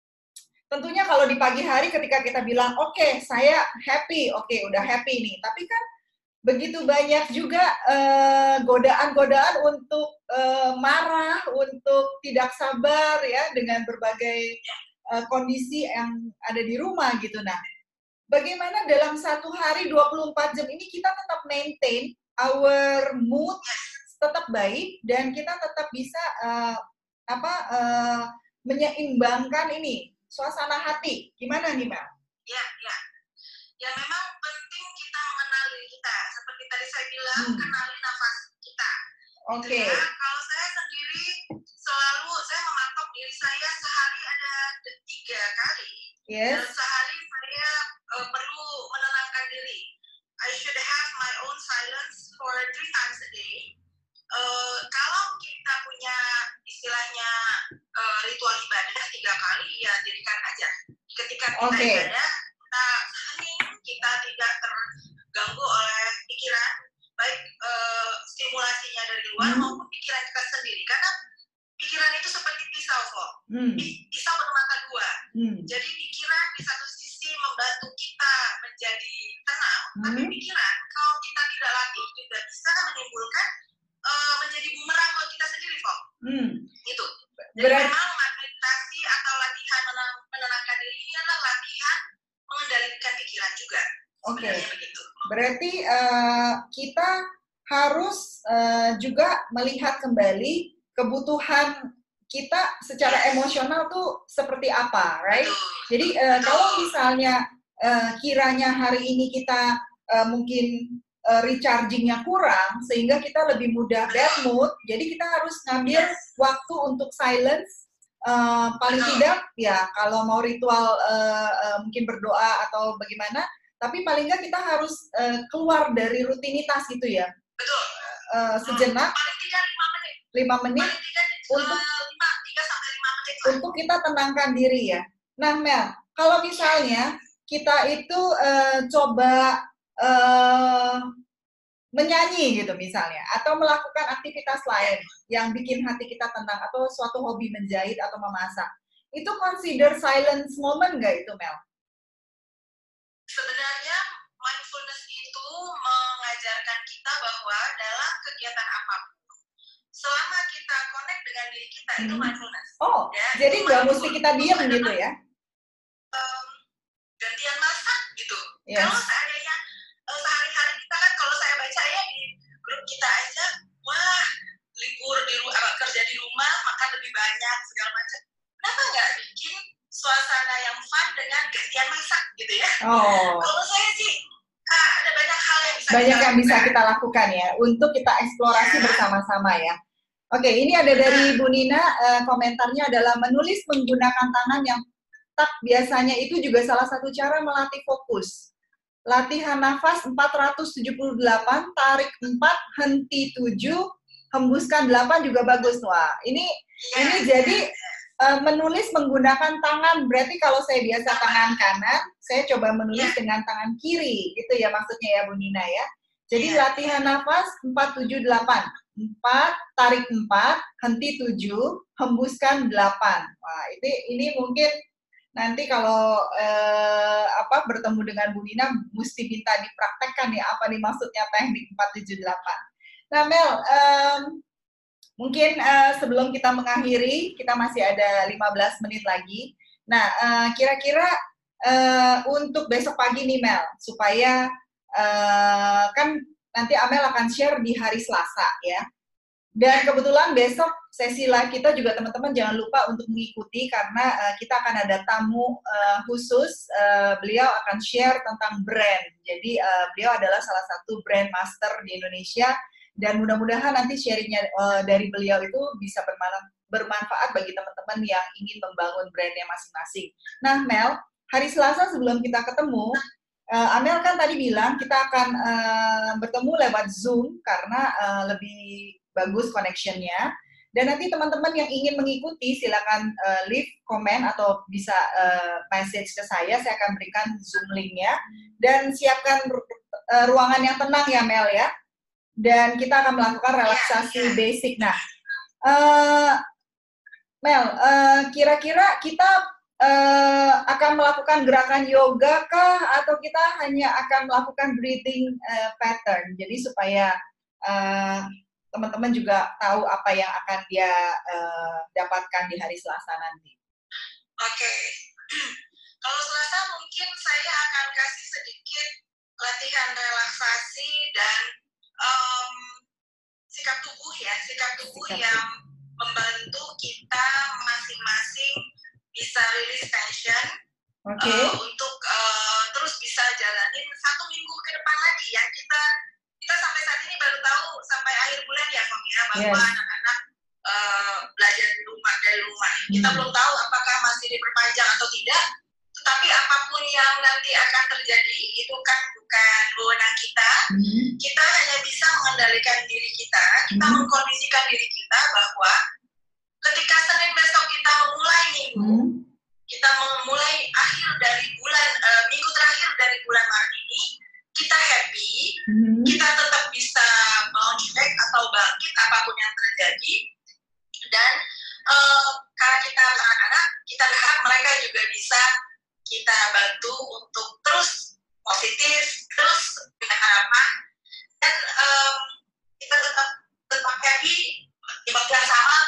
tentunya kalau di pagi hari ketika kita bilang, oke, okay, saya happy, oke, okay, udah happy nih. Tapi kan begitu banyak juga uh, godaan-godaan untuk uh, marah, untuk tidak sabar ya dengan berbagai uh, kondisi yang ada di rumah gitu. Nah, bagaimana dalam satu hari dua puluh empat jam ini kita tetap maintain our mood tetap baik dan kita tetap bisa uh, apa uh, menyeimbangkan ini suasana hati. Gimana nih, Mel? Ya, ya. Ya memang penting kita mengenal diri kita. Seperti tadi saya bilang, hmm. kenali nafas kita. Oke. Okay. Ya, kalau saya sendiri selalu saya mematok diri saya sehari ada tiga kali. Yes. Dan sehari saya uh, perlu menenangkan diri. I should have my own silence for three times a day. Uh, kalau kita punya istilahnya uh, ritual ibadah tiga kali, ya jadikan aja. Ketika kita okay. ibadah, kita hening, kita tidak terganggu oleh pikiran, baik uh, stimulasinya dari luar hmm. maupun pikiran kita sendiri. Karena pikiran itu seperti pisau kok, hmm. pisau bermata dua. Hmm. Jadi pikiran di satu sisi membantu kita menjadi tenang, hmm. tapi pikiran kalau kita tidak latih juga bisa menimbulkan uh, menjadi bumerang buat kita sendiri kok. Hmm. Itu. Jadi Berat. memang meditasi atau latihan menenangkan diri ini adalah latihan mengendalikan pikiran juga. Oke. Okay. Berarti uh, kita harus uh, juga melihat kembali kebutuhan kita secara yes. emosional tuh seperti apa, right? Betul. Jadi uh, Betul. kalau misalnya uh, kiranya hari ini kita uh, mungkin uh, recharging-nya kurang sehingga kita lebih mudah bad mood, jadi kita harus ngambil yes. waktu untuk silence. Uh, paling Betul. tidak ya kalau mau ritual uh, uh, mungkin berdoa atau bagaimana, tapi paling nggak kita harus uh, keluar dari rutinitas gitu ya. Betul. Uh, sejenak. Paling tidak lima menit. lima menit paling tidak, untuk uh, lima, tiga sampai lima menit lah. Untuk kita tenangkan diri ya. Nah Mel, kalau misalnya kita itu uh, coba uh, menyanyi gitu misalnya, atau melakukan aktivitas lain yang bikin hati kita tenang, atau suatu hobi menjahit atau memasak, itu consider silence moment nggak itu, Mel? Sebenarnya mindfulness itu mengajarkan kita bahwa dalam kegiatan apapun, selama kita connect dengan diri kita, hmm. itu mindfulness. Oh, ya, jadi nggak mesti kita diam gitu ya? Um, gantian masak gitu. Yes. Kalau seandainya sehari-hari kita kan, kalau saya baca ya di grup kita aja, wah libur di rumah, kerja di rumah, makan lebih banyak segala macam. Kenapa nggak bikin suasana yang fun dengan gantian masak gitu ya? Oh. Kalau saya sih ah, ada banyak hal yang bisa banyak kita yang lakukan. bisa kita lakukan ya untuk kita eksplorasi ya. bersama-sama ya. Oke, ini ada dari Bu Nina, uh, komentarnya adalah menulis menggunakan tangan yang tak biasanya itu juga salah satu cara melatih fokus. Latihan nafas empat ratus tujuh puluh delapan, tarik empat, henti tujuh, hembuskan delapan juga bagus. Wah, ini ini jadi uh, menulis menggunakan tangan. Berarti kalau saya biasa tangan kanan, saya coba menulis dengan tangan kiri. Gitu ya maksudnya ya Bu Nina ya. Jadi latihan nafas empat tujuh delapan. empat, tarik empat, henti tujuh, hembuskan delapan. Wah, ini ini mungkin nanti kalau eh, apa bertemu dengan Bu Nina mesti minta dipraktekkan ya apa nih maksudnya teknik empat tujuh delapan. Nah, Mel, um, mungkin uh, sebelum kita mengakhiri, kita masih ada lima belas menit lagi. Nah, uh, kira-kira uh, untuk besok pagi nih, Mel, supaya uh, kan nanti Amel akan share di hari Selasa ya. Dan kebetulan besok sesi live kita juga teman-teman jangan lupa untuk mengikuti karena uh, kita akan ada tamu uh, khusus. Uh, beliau akan share tentang brand. Jadi uh, beliau adalah salah satu brand master di Indonesia dan mudah-mudahan nanti sharingnya uh, dari beliau itu bisa bermanfaat bagi teman-teman yang ingin membangun brandnya masing-masing. Nah, Mel, hari Selasa sebelum kita ketemu, Uh, Amel kan tadi bilang kita akan uh, bertemu lewat Zoom karena uh, lebih bagus connection-nya. Dan nanti teman-teman yang ingin mengikuti silakan uh, leave comment atau bisa uh, message ke saya. Saya akan berikan Zoom link-nya. Dan siapkan uh, ruangan yang tenang ya Mel ya. Dan kita akan melakukan relaksasi basic. Nah, uh, Mel, uh, kira-kira kita Uh, akan melakukan gerakan yoga kah atau kita hanya akan melakukan breathing uh, pattern jadi supaya uh, teman-teman juga tahu apa yang akan dia uh, dapatkan di hari Selasa nanti. Oke, okay. Kalau Selasa mungkin saya akan kasih sedikit latihan relaksasi dan um, sikap tubuh ya, sikap tubuh sikap yang tubuh. membantu kita masing-masing bisa rilis tension okay. uh, untuk uh, terus bisa jalanin satu minggu ke depan lagi yang kita kita sampai saat ini baru tahu sampai akhir bulan ya Fong ya bahwa yes. anak-anak uh, belajar di rumah dari rumah hmm. kita belum tahu apakah masih diperpanjang atau tidak tetapi apapun yang nanti akan terjadi itu kan bukan wewenang kita hmm. kita hanya bisa mengendalikan diri kita kita hmm. mengkondisikan diri kita bahwa ketika Senin besok kita memulai minggu, hmm. kita memulai akhir dari bulan, uh, minggu terakhir dari bulan Maret ini, kita happy, hmm. kita tetap bisa bounce back atau bangkit apapun yang terjadi, dan uh, karena kita anak-anak, kita berharap mereka juga bisa kita bantu untuk terus positif, terus punya harapan, dan um, kita tetap tetap happy di waktu yang sama.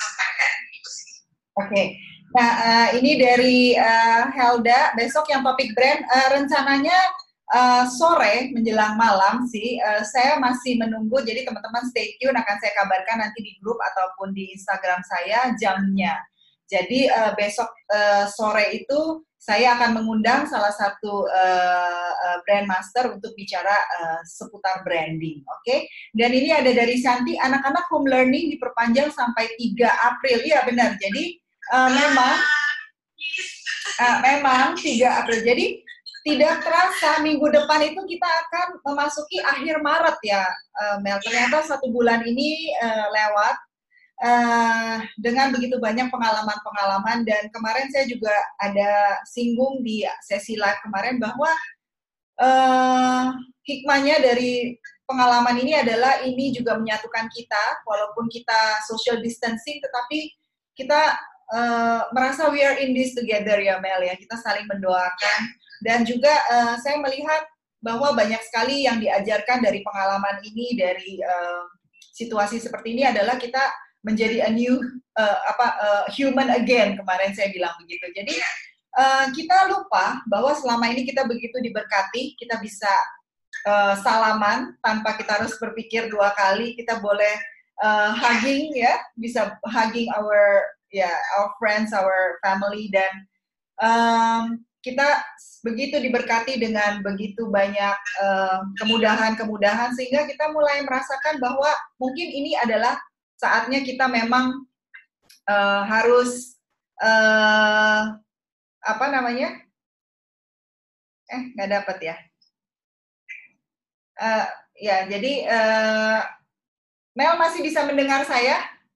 Oke, okay. Nah uh, ini dari uh, Helda, besok yang topik brand, uh, rencananya uh, sore menjelang malam sih, uh, saya masih menunggu, jadi teman-teman stay tune, akan saya kabarkan nanti di grup ataupun di Instagram saya jamnya. Jadi uh, besok uh, sore itu saya akan mengundang salah satu uh, uh, brand master untuk bicara uh, seputar branding, oke? Okay? Dan ini ada dari Santi, anak-anak home learning diperpanjang sampai tiga April, iya benar. Jadi uh, memang, uh, memang tiga April. Jadi tidak terasa minggu depan itu kita akan memasuki akhir Maret ya, uh, Mel. Ternyata satu bulan ini uh, lewat. Uh, dengan begitu banyak pengalaman-pengalaman dan kemarin saya juga ada singgung di sesi live kemarin bahwa uh, hikmahnya dari pengalaman ini adalah ini juga menyatukan kita walaupun kita social distancing tetapi kita uh, merasa we are in this together ya Mel ya, kita saling mendoakan dan juga uh, saya melihat bahwa banyak sekali yang diajarkan dari pengalaman ini dari uh, situasi seperti ini adalah kita menjadi a new uh, apa uh, human again, kemarin saya bilang begitu. Jadi uh, kita lupa bahwa selama ini kita begitu diberkati, kita bisa uh, salaman tanpa kita harus berpikir dua kali, kita boleh uh, hugging ya, bisa hugging our ya yeah, our friends, our family, dan um, kita begitu diberkati dengan begitu banyak uh, kemudahan-kemudahan sehingga kita mulai merasakan bahwa mungkin ini adalah saatnya kita memang uh, harus uh, apa namanya? Eh, nggak dapat ya? Uh, ya, jadi uh, Mel masih bisa mendengar saya?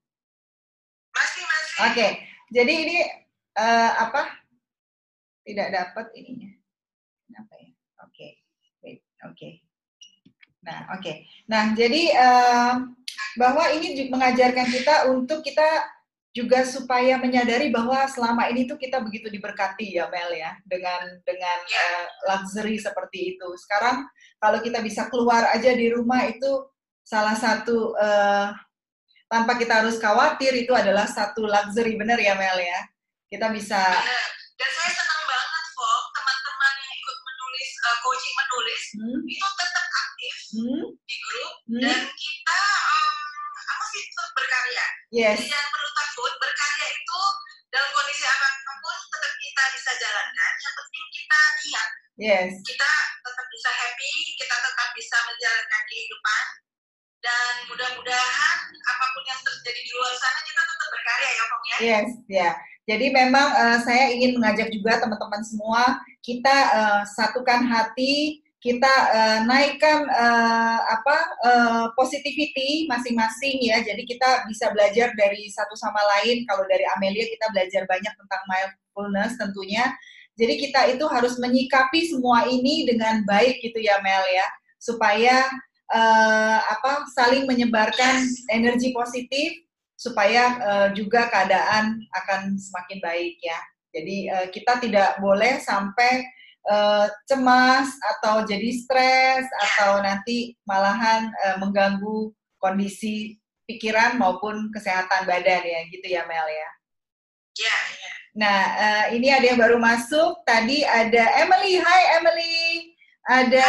Masih, masih. Oke, okay. Jadi ini uh, apa? Tidak dapat ininya. Kenapa ya? Oke, okay. Oke. Okay. Nah, oke. Okay. Nah, jadi uh, bahwa ini mengajarkan kita untuk kita juga supaya menyadari bahwa selama ini tuh kita begitu diberkati ya Mel ya dengan dengan uh, luxury seperti itu. Sekarang kalau kita bisa keluar aja di rumah itu salah satu uh, tanpa kita harus khawatir itu adalah satu luxury, bener ya Mel ya. Kita bisa. Bener. Dan saya senang banget kok teman-teman yang ikut menulis uh, coaching menulis hmm? itu tetap aktif hmm? di grup hmm? dan kita um, apa sih berkarya. Yes. Jadi jangan perlu takut, berkarya itu dalam kondisi apapun tetap kita bisa jalankan. Yang penting kita niat. Yes. Kita tetap bisa happy, kita tetap bisa menjalankan kehidupan. Dan mudah-mudahan apapun yang terjadi di luar sana kita tetap berkarya ya Kong ya. Yes, ya. Yeah. Jadi memang uh, saya ingin mengajak juga teman-teman semua kita uh, satukan hati, kita uh, naikkan uh, apa uh, positivity masing-masing ya. Jadi kita bisa belajar dari satu sama lain. Kalau dari Amelia kita belajar banyak tentang mindfulness tentunya. Jadi kita itu harus menyikapi semua ini dengan baik gitu ya Mel ya, supaya uh, apa saling menyebarkan energi positif supaya uh, juga keadaan akan semakin baik ya. Jadi uh, kita tidak boleh sampai uh, cemas atau jadi stres atau nanti malahan uh, mengganggu kondisi pikiran maupun kesehatan badan ya, gitu ya Mel ya. Iya, iya. Nah, uh, ini ada yang baru masuk. Tadi ada Emily. Hai Emily. Ada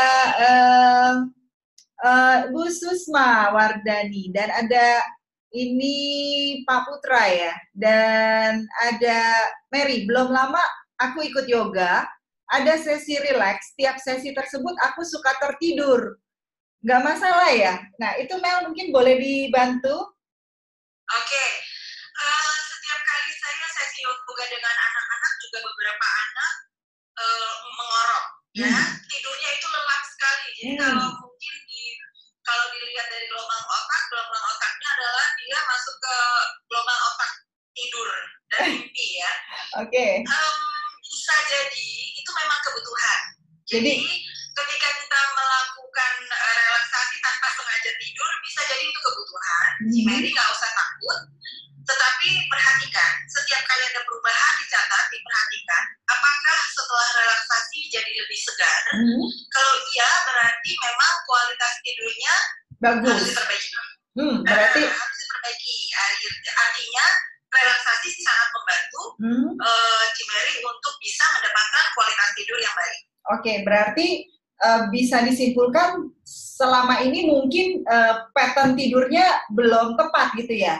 uh, uh, Bu Susma Wardani dan ada ini Pak Putra ya, dan ada Mary. Belum lama aku ikut yoga, ada sesi relax, tiap sesi tersebut aku suka tertidur. Nggak masalah ya? Nah, itu Mel mungkin boleh dibantu? Oke, okay. uh, setiap kali saya sesi yoga dengan anak-anak, juga beberapa anak uh, mengorok, hmm. ya, tidurnya itu lelap sekali. Jadi hmm. kalau mungkin di kalau dilihat dari gelombang otak, gelombang otaknya adalah dia masuk ke gelombang otak tidur dan mimpi ya. Oke. Okay. Um, bisa jadi itu memang kebutuhan. Jadi, jadi ketika kita melakukan uh, relaksasi tanpa sengaja tidur, bisa jadi itu kebutuhan. Mm-hmm. Jadi nggak usah takut. Tetapi perhatikan, setiap kali ada perubahan dicatat, diperhatikan. Apakah setelah relaksasi jadi lebih segar? Mm-hmm. Kalau iya, berarti memang kualitas tidurnya bagus. Harus diperbaiki. Hmm, berarti uh, harus diperbaiki. Artinya relaksasi sangat membantu hmm. uh, Cimeri untuk bisa mendapatkan kualitas tidur yang baik. Oke, okay, berarti uh, bisa disimpulkan selama ini mungkin uh, pattern tidurnya belum tepat gitu ya?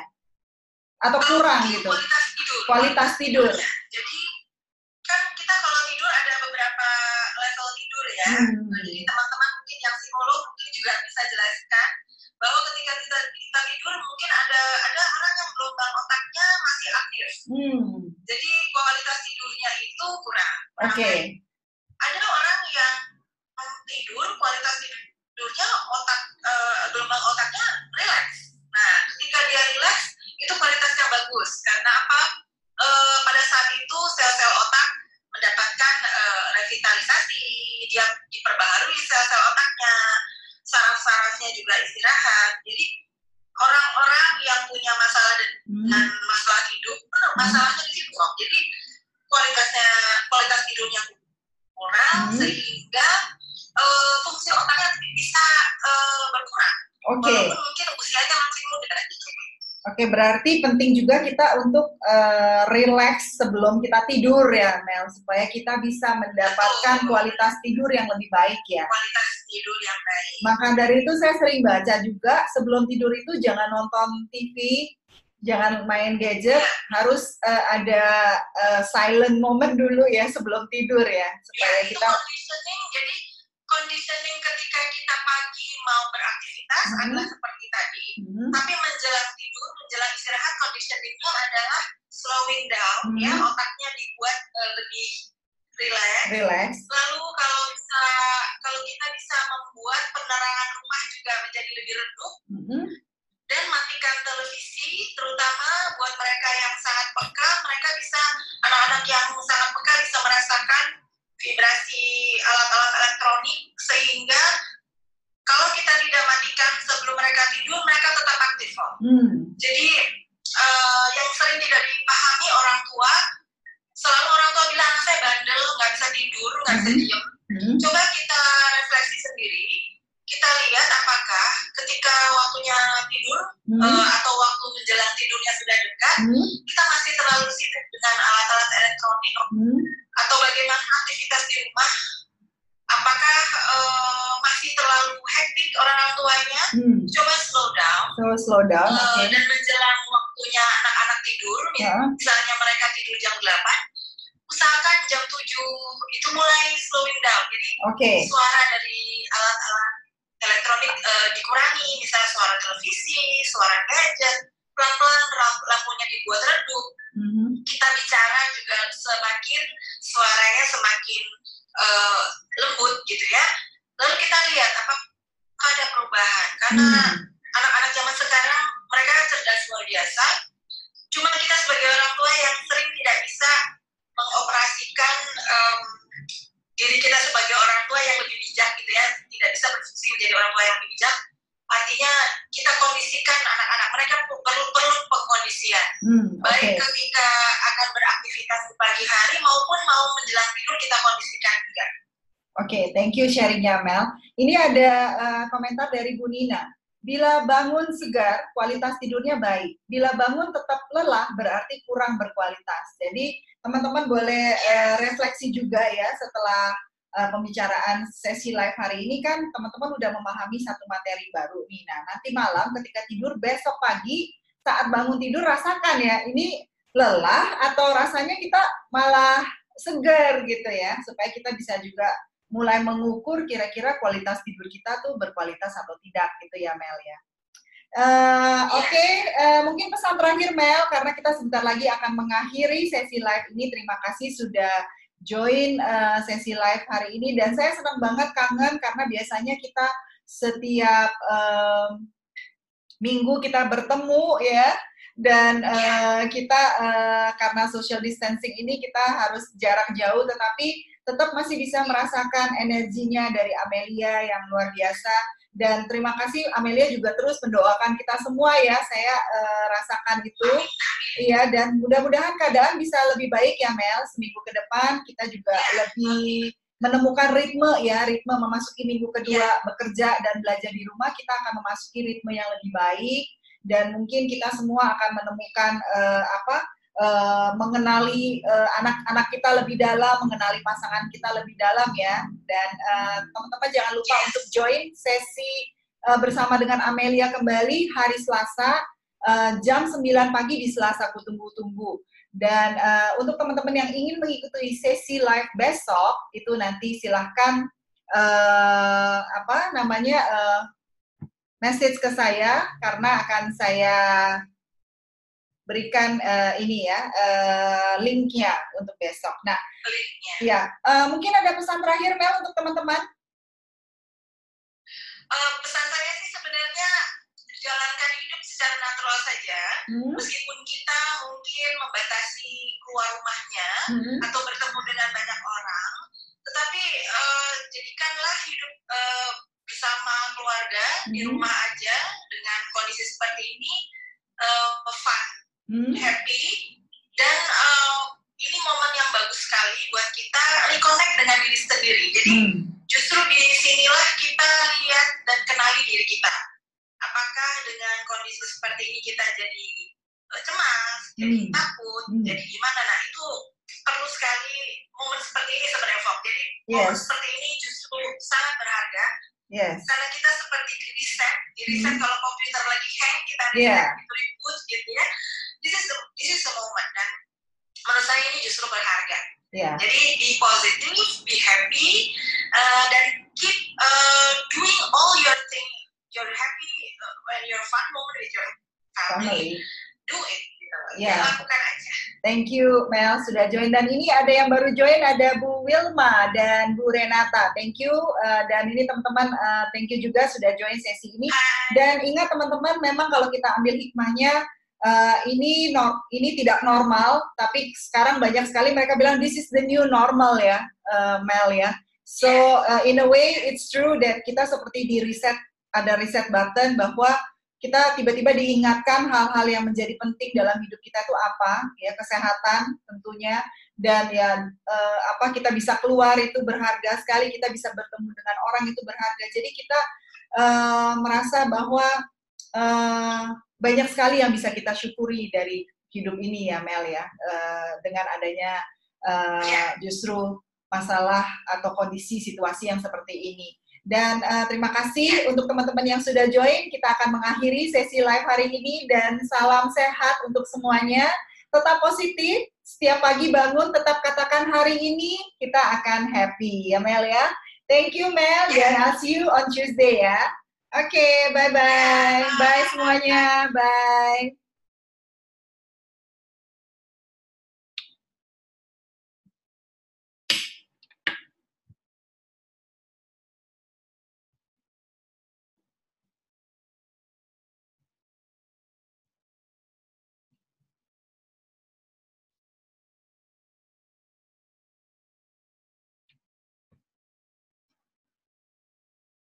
Atau kurang uh, gitu? Kualitas tidur. Kualitas tidur. Jadi kan kita kalau tidur ada beberapa level tidur ya. Hmm. Jadi teman-teman mungkin yang psikolog mungkin juga bisa jelaskan bahwa ketika kita, kita tidur mungkin ada ada orang yang gelombang otaknya masih aktif. Hmm. Jadi kualitas tidurnya itu kurang. Oke. Okay. Ada orang yang tidur kualitas tidurnya otak uh, gelombang otaknya rileks. Nah, ketika dia rileks itu kualitasnya bagus karena apa? Uh, pada saat itu sel-sel otak mendapatkan uh, revitalisasi, dia diperbaharui sel-sel otaknya, saraf-sarafnya juga istirahat. Jadi orang-orang yang punya masalah dengan hmm. masalah tidur, masalahnya di situ. Jadi kualitasnya kualitas tidurnya kurang hmm. sehingga uh, fungsi otaknya bisa uh, berkurang. Oke. Okay. Walaupun mungkin usianya masih muda. Oke, okay, berarti penting juga kita untuk uh, relax sebelum kita tidur ya, Mel, supaya kita bisa mendapatkan Betul. kualitas tidur yang lebih baik ya. Kualitas tidur yang baik. Maka dari itu saya sering baca juga sebelum tidur itu jangan nonton T V, jangan main gadget, ya. harus uh, ada uh, silent moment dulu ya sebelum tidur ya, supaya ya, kita. Conditioning, jadi conditioning ketika kita pagi mau beraktivitas hmm. adalah seperti tadi, hmm. tapi menjelang tidur setting home adalah slowing down, Hmm. ya, otaknya dibuat uh, lebih relax. Relax. Lalu kalau bisa, kalau kita bisa membuat penerangan rumah juga menjadi lebih redup, Mhm. dan matikan televisi, terutama buat mereka yang sangat peka, mereka bisa, anak-anak yang sangat peka bisa merasakan vibrasi alat-alat elektronik, sehingga kalau kita tidak matikan sebelum mereka tidur, mereka tetap aktif. Hmm. Jadi uh, yang sering tidak dipahami orang tua, selalu orang tua bilang, anak saya bandel, nggak bisa tidur, nggak bisa Mhm. diem. Mhm. Coba kita refleksi sendiri, kita lihat apakah ketika waktunya tidur, Hmm. uh, atau waktu menjelang tidurnya sudah dekat, Hmm. kita masih terlalu sibuk dengan alat-alat elektronik, Hmm. atau bagaimana aktivitas di rumah, apakah uh, masih terlalu hektik orang tuanya. Hmm. Coba slow down, So slow down. uh, Oke. dan menjelang waktunya anak-anak tidur, Ya. misalnya mereka tidur jam delapan, usahakan jam tujuh itu mulai slowing down. Jadi Oke. suara dari alat-alat elektronik uh, dikurangi, misalnya suara televisi, suara gadget, pelan-pelan lamp- lampunya dibuat redup. Mhm. Kita bicara juga semakin suaranya semakin uh, lembut gitu ya. Lalu kita lihat apakah ada perubahan, karena Hmm. anak-anak zaman sekarang mereka cerdas luar biasa. Cuma kita sebagai orang tua yang sering tidak bisa mengoperasikan um, diri kita sebagai orang tua yang lebih bijak gitu ya, tidak bisa berfungsi menjadi orang tua yang lebih bijak. Artinya kita kondisikan anak-anak mereka perlu perlu pengkondisian, Hmm. baik Oke. ketika akan beraktivitas di pagi hari maupun mau menjelang tidur kita kondisikan juga. Oke, thank you sharingnya Mel. Ini ada uh, komentar dari Bu Nina. Bila bangun segar, kualitas tidurnya baik. Bila bangun tetap lelah, berarti kurang berkualitas. Jadi teman-teman boleh uh, refleksi juga ya setelah uh, pembicaraan sesi live hari ini kan teman-teman udah memahami satu materi baru nih. Nah, nanti malam ketika tidur, besok pagi saat bangun tidur rasakan ya, ini lelah atau rasanya kita malah segar gitu ya, supaya kita bisa juga mulai mengukur kira-kira kualitas tidur kita tuh berkualitas atau tidak gitu ya Mel ya. Uh, Oke, okay. uh, mungkin pesan terakhir Mel, karena kita sebentar lagi akan mengakhiri sesi live ini. Terima kasih sudah join uh, sesi live hari ini, dan saya senang banget, kangen, karena biasanya kita setiap uh, minggu kita bertemu ya, dan uh, kita uh, karena social distancing ini kita harus jarak jauh, tetapi tetap masih bisa merasakan energinya dari Amelia yang luar biasa. Dan terima kasih Amelia juga terus mendoakan kita semua ya, saya uh, rasakan itu. Iya, dan mudah-mudahan keadaan bisa lebih baik ya Mel, seminggu ke depan kita juga lebih menemukan ritme ya, ritme memasuki minggu kedua bekerja dan belajar di rumah, kita akan memasuki ritme yang lebih baik, dan mungkin kita semua akan menemukan uh, apa, Uh, mengenali uh, anak-anak kita lebih dalam, mengenali pasangan kita lebih dalam ya. Dan uh, teman-teman jangan lupa untuk join sesi uh, bersama dengan Amelia kembali hari Selasa uh, jam sembilan pagi di Selasa Ku Tunggu-Tunggu. Dan uh, untuk teman-teman yang ingin mengikuti sesi live besok itu nanti silahkan uh, apa namanya uh, message ke saya, karena akan saya berikan uh, ini ya uh, linknya untuk besok. Nah, linknya. Ya, uh, mungkin ada pesan terakhir Mel untuk teman-teman. Uh, pesan saya sih sebenarnya jalankan hidup secara natural saja, hmm. meskipun kita mungkin membatasi keluar rumahnya hmm. atau bertemu dengan banyak orang, tetapi uh, jadikanlah hidup uh, bersama keluarga hmm. di rumah aja dengan kondisi seperti ini uh, fun. Hmm. happy, dan uh, ini momen yang bagus sekali buat kita reconnect dengan diri sendiri. Jadi hmm. justru di sinilah kita lihat dan kenali diri kita. Apakah dengan kondisi seperti ini kita jadi uh, cemas, hmm. jadi takut, hmm. jadi gimana? Nah itu perlu sekali momen seperti ini sebenarnya, Fok. Jadi yes. momen seperti ini justru sangat berharga. Yes. Karena kita seperti di reset, di reset hmm. kalau komputer lagi hang, kita reset, yeah. gitu, reboot gitu ya. This is the, this is the moment, dan menurut saya ini justru berharga. Yeah. Jadi be positive, be happy, uh, dan keep uh, doing all your thing, your happy uh, when your fun moment with your family, family. do it. gitu loh. Ya. Ya, lakukan aja. Thank you Mel sudah join, dan ini ada yang baru join, ada Bu Wilma dan Bu Renata. Thank you uh, dan ini teman-teman uh, thank you juga sudah join sesi ini. Dan ingat teman-teman, memang kalau kita ambil hikmahnya uh, ini no, ini tidak normal, tapi sekarang banyak sekali mereka bilang this is the new normal ya, uh, Mel ya. So uh, in a way it's true that kita seperti di reset, ada reset button bahwa kita tiba-tiba diingatkan hal-hal yang menjadi penting dalam hidup kita itu apa, ya kesehatan tentunya, dan ya eh, apa kita bisa keluar itu berharga sekali, kita bisa bertemu dengan orang itu berharga. Jadi kita eh, merasa bahwa eh, banyak sekali yang bisa kita syukuri dari hidup ini ya Mel ya, eh, dengan adanya eh, justru masalah atau kondisi situasi yang seperti ini. Dan uh, terima kasih untuk teman-teman yang sudah join. Kita akan mengakhiri sesi live hari ini, dan salam sehat untuk semuanya. Tetap positif, setiap pagi bangun tetap katakan hari ini kita akan happy ya Mel ya. Thank you Mel, dan I'll see you on Tuesday ya. Oke, okay, bye-bye. Bye semuanya, bye.